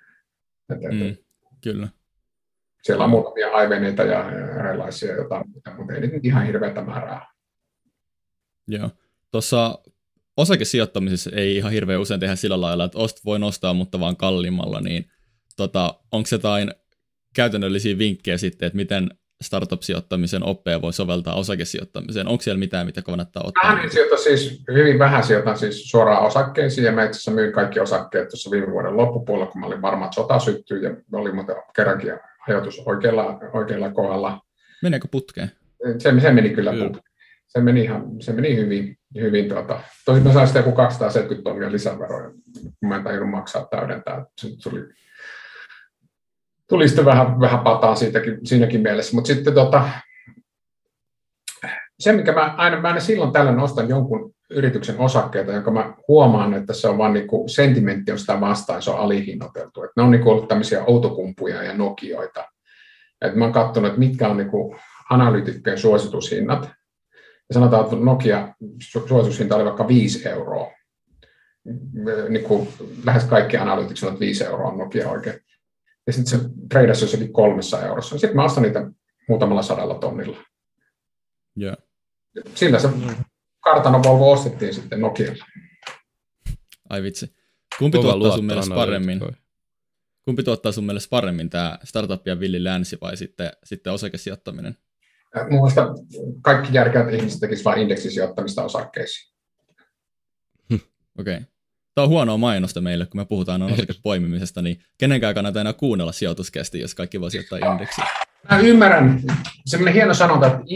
Kyllä. Siellä on muutamia aiveneita ja erilaisia jotain, mutta ei nyt ihan hirveätä määrää. Joo. Tuossa osakesijoittamisessa ei ihan hirveän usein tehdä sillä lailla, että voi nostaa, mutta vaan kalliimmalla, niin onko se jotain käytännöllisiä vinkkejä sitten, että miten startup-sijoittamisen oppeja voi soveltaa osakesijoittamiseen? Onko siellä mitään, mitä kannattaa ottaa? Hyvin vähän sijoitan siis suoraan osakkeisiin, ja mä itse asiassa myin kaikki osakkeet tuossa viime vuoden loppupuolella, kun mä olin varma, että sota syttyy, ja oli muuten kerrankin ajoitus oikealla kohdalla. Meneekö putkeen? Se meni kyllä putkeen. Se meni hyvin. Tosin mä sain sitä joku 270 tonnia lisäveroja, kun mä en tajunnut maksaa täydentää. Tuli sitten vähän pataa siinäkin mielessä. Mutta sitten se, mikä mä aina silloin tällöin ostan jonkun yrityksen osakkeita, jonka mä huomaan, että se on vaan niinku, sentimentti on sitä vastaan, se on alihinnoiteltu. Et ne on niinku ollut tämmöisiä outokumpuja ja Nokioita. Et mä oon katsonut, että mitkä on niinku analyytikkojen suositushinnat. Ja sanotaan, että Nokia suositushinta oli vaikka 5 euroa. Niin kuin lähes kaikki analyytikot sanovat, että 5 euroa on Nokia oikein. Ja sitten se treidasi jossakin 3 eurossa. Sitten mä ostan niitä muutamalla 100 tonnilla. Yeah. Sillä se kartano Volvo ostettiin sitten Nokialla. Ai vitsi. Kumpi tuottaa sun mielestä paremmin? Kumpi tuottaa sun mielestä paremmin, tämä startup ja villi länsi vai sitten osakesijoittaminen? Mun mielestä kaikki järkeät ihmiset tekisivät vain indeksisijoittamista osakkeisiin. Okei. Tämä on huonoa mainosta meille, kun me puhutaan osakepoimimisesta, niin kenenkään kannata enää kuunnella sijoituskästi, jos kaikki voi sijoittaa indeksiin. Mä ymmärrän. Sellainen hieno sanonta, että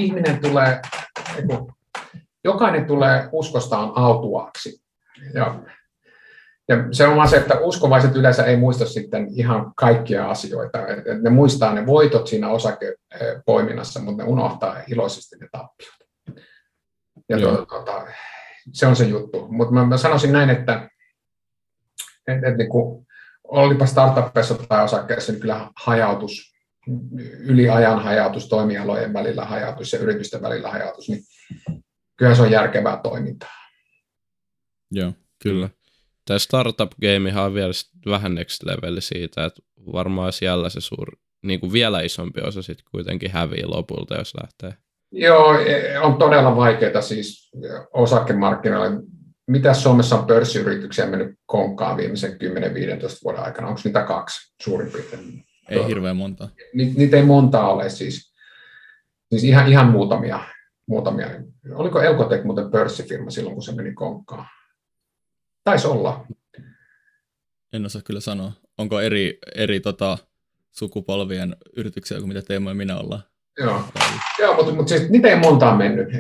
jokainen tulee uskostaan autuaaksi. Ja se on vaan se, että uskovaiset yleensä ei muista sitten ihan kaikkia asioita. Ne muistaa ne voitot siinä osakepoiminnassa, mutta ne unohtaa iloisesti ne tappiot. Ja se on se juttu. Mutta mä sanoisin näin, että niin kuin, olipa startupissa tai osakkeessa, niin kyllä hajautus, yliajan hajautus, toimialojen välillä hajautus ja yritysten välillä hajautus, niin kyllä se on järkevää toimintaa. Joo, kyllä. Tämä startup-gamehan on vielä vähän next level siitä, että varmaan siellä se niin kuin vielä isompi osa sitten kuitenkin hävii lopulta, jos lähtee. Joo, on todella vaikeaa siis osakemarkkinoilla. Mitä Suomessa on pörssiyrityksiä mennyt konkkaan viimeisen 10-15 vuoden aikana? Onko niitä 2 suurin piirtein? Ei hirveän monta. Niitä ei montaa ole siis ihan muutamia. Oliko Elcoteq muuten pörssifirma silloin, kun se meni konkkaan? Taisi olla. En osaa kyllä sanoa. Onko eri sukupolvien yrityksiä kuin mitä Teemu ja minä ollaan? Joo, mutta siis niitä ei montaa mennyt.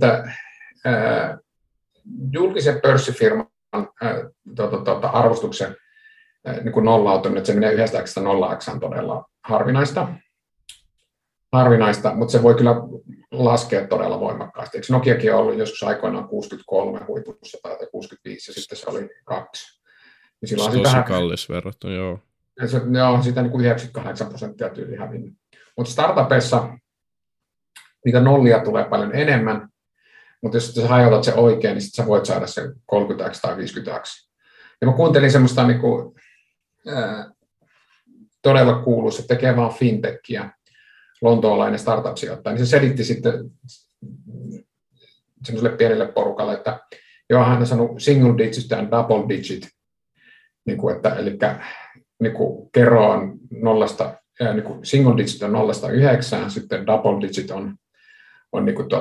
Julkisen pörssifirman arvostuksen niin kuin nollautunut, että se menee 1x-0x on todella harvinaista, mutta se voi kyllä laskea todella voimakkaasti. Eikö Nokiakin ollut joskus aikoinaan 63 huipussa tai 65 ja sitten se oli 2. Ja se on tosi kallis verrattuna, joo. Joo, sitä niin kuin 98% tyyli hävinnyt. Mutta startupissa niitä nollia tulee paljon enemmän, mutta jos sä hajautat se oikein, niin sitten sä voit saada sen 30x tai 50x. Ja mä kuuntelin semmoista, niin kuin, todella kuuluisa, tekee vaan fintechia, lontoolainen startup-sijoittaja, niin se selitti sitten semmoiselle pienelle porukalle, että joo, hän on sanonut single digit ja double digit, niin kuin, että, eli niin kuin kerro on nollasta, niin kuin single digit on 0-9, sitten double digit on niin kuin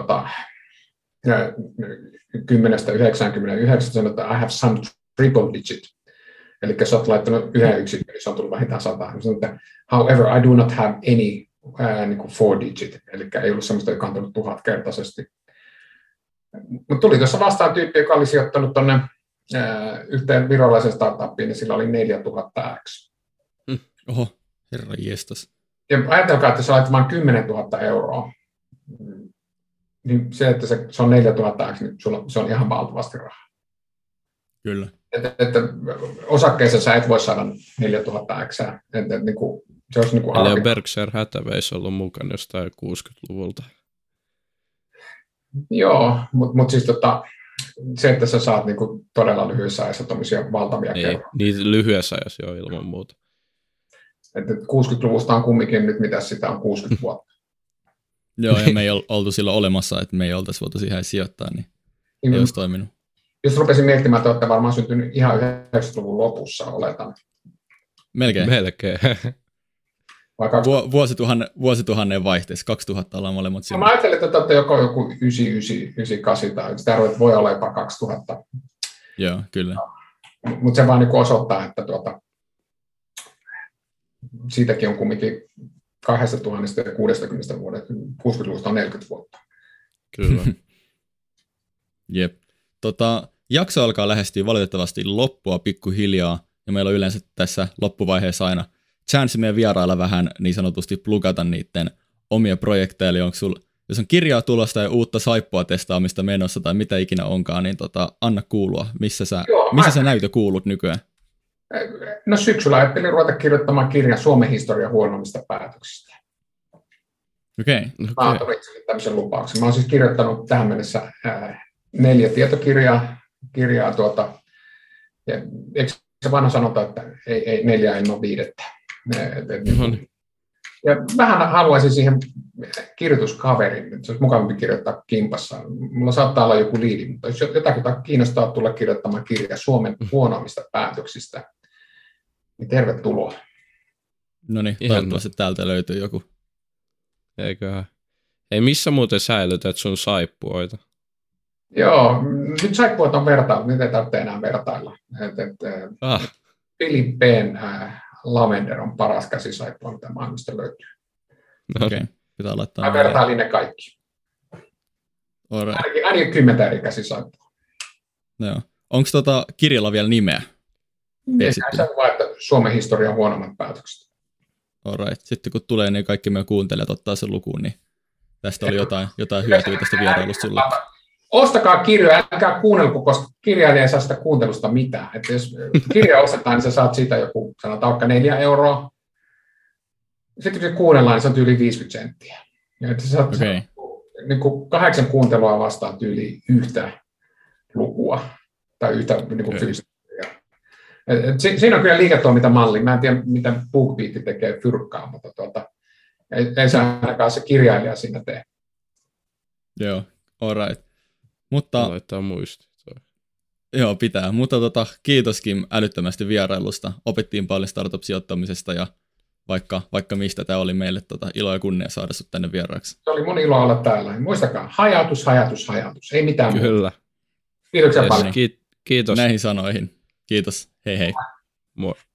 10-99, sanotaan, että I have some triple digit. Eli jos olet laittanut yhden yksikön, niin se on tullut vähintään 100. However, I do not have any niin kuin 4-digit, eli ei ollut sellaista, joka on tullut 1000-kertaisesti. Mutta tuli tuossa vastaan tyyppi, joka oli sijoittanut tuonne yhteen virolaisen startupiin, niin sillä oli 4000x. Oho, herra jestas. Ja ajatelkaa, että sä laitat vain 10 000 euroa, niin se, että se on 4000x, niin se on ihan valtavasti rahaa. Kyllä. Että osakkeessa sä et voi saada 4000x. Niin kuin, se olisi niin kuin eli Berkshire Hathaway ollut mukana jostain 60-luvulta. Joo, mutta siis se, että sä saat niin kuin todella lyhyessä ajassa tuommoisia valtavia kerroja. Niin lyhyessä ajassa jo ilman muuta. Että 60-luvusta on kumminkin nyt, mitä sitä on 60 vuotta. Joo, ja me ei oltu silloin olemassa, että me ei oltaisi voitu siihen sijoittaa, niin ei olisi toiminut. Jos rupesin miettimään, että olette varmaan syntynyt ihan 90-luvun lopussa, oletan. Melkein. Vuosituhannen vaihteessa, 2000 ollaan molemmat siinä. Mä ajattelin, että olette joku 99, 98 tai sitä voi olla jopa 2000. Joo, kyllä. Mutta se vaan niin osoittaa, että siitäkin on kumminkin 2060 vuodesta, 60-luvusta on 40 vuotta. Kyllä. Jep. Jakso alkaa lähestyä valitettavasti loppua pikkuhiljaa, ja meillä on yleensä tässä loppuvaiheessa aina chance meidän vierailla vähän niin sanotusti plugata niiden omia projekteja, eli jos on kirjaa tulosta ja uutta saippua testaamista menossa tai mitä ikinä onkaan, niin anna kuulua. Missä sä näytö kuulut nykyään? No syksyllä ajattelin ruveta kirjoittamaan kirjan Suomen historian huonommista päätöksistä. Okei. Mä oon itselleni tämmöisen lupauksen. Mä oon siis kirjoittanut tähän mennessä 4 tietokirjaa. Ja eikö se vanha sanota, että ei 4 ilman 5. Ja vähän haluaisin siihen kirjoituskaverin, että se olisi mukavampi kirjoittaa kimpassa. Mulla saattaa olla joku liidi, mutta jos jotakin kiinnostaa tulla kirjoittamaan kirja Suomen huonommista päätöksistä, niin tervetuloa. No niin, toivottavasti täältä löytyy joku. Eiköhän. Ei missä muuten säilytät sun saippuoita? Joo, nyt saippuoita on vertailla, nyt ei tarvitse enää vertailla. Philippeen Lavender on paras käsisaippua, mitä maailmasta löytyy. Okei, pitää laittaa. Mä vertailin ne kaikki. Ainakin 10 eri käsisaippua. Joo. Onko kirjalla vielä nimeä? Se on vaan, että Suomen historian huonommat päätökset. Alright. Sitten kun tulee, niin kaikki meidän kuuntelijat ottaa sen lukuun, niin tästä oli jotain hyötyä tästä vierailusta sulle. Ostakaa kirjoja, älkää kuunnelko, koska kirjailija ei saa sitä kuuntelusta mitään. Että jos kirja ostetaan, niin sä saat siitä joku, sanotaan vaikka 4 euroa. Sitten kun se kuunnellaan, niin se on tyyli 50 senttiä. Ja että sä saat niin kuin 8 kuuntelua vastaan tyyli yhtä lukua tai yhtä niin fyysistä. Siinä on kyllä liiketoimintamalli. Mä en tiedä, mitä BookBeat tekee fyrkkaa, mutta ei se ainakaan se kirjailija siinä tee. Joo, alright. Mutta laittaa muistiin. Joo, pitää. Mutta kiitos Kim älyttömästi vierailusta. Opittiin paljon startup-sijoittamisesta ja vaikka mistä. Tämä oli meille ilo ja kunnia saada sut tänne vieraaksi. Se oli mun ilo olla täällä. Muistakaa, hajatus. Ei mitään Kyllä. Muuta. Kiitoksia paljon. Kiitos. Näihin sanoihin. Kiitos. Hei hei. Moi.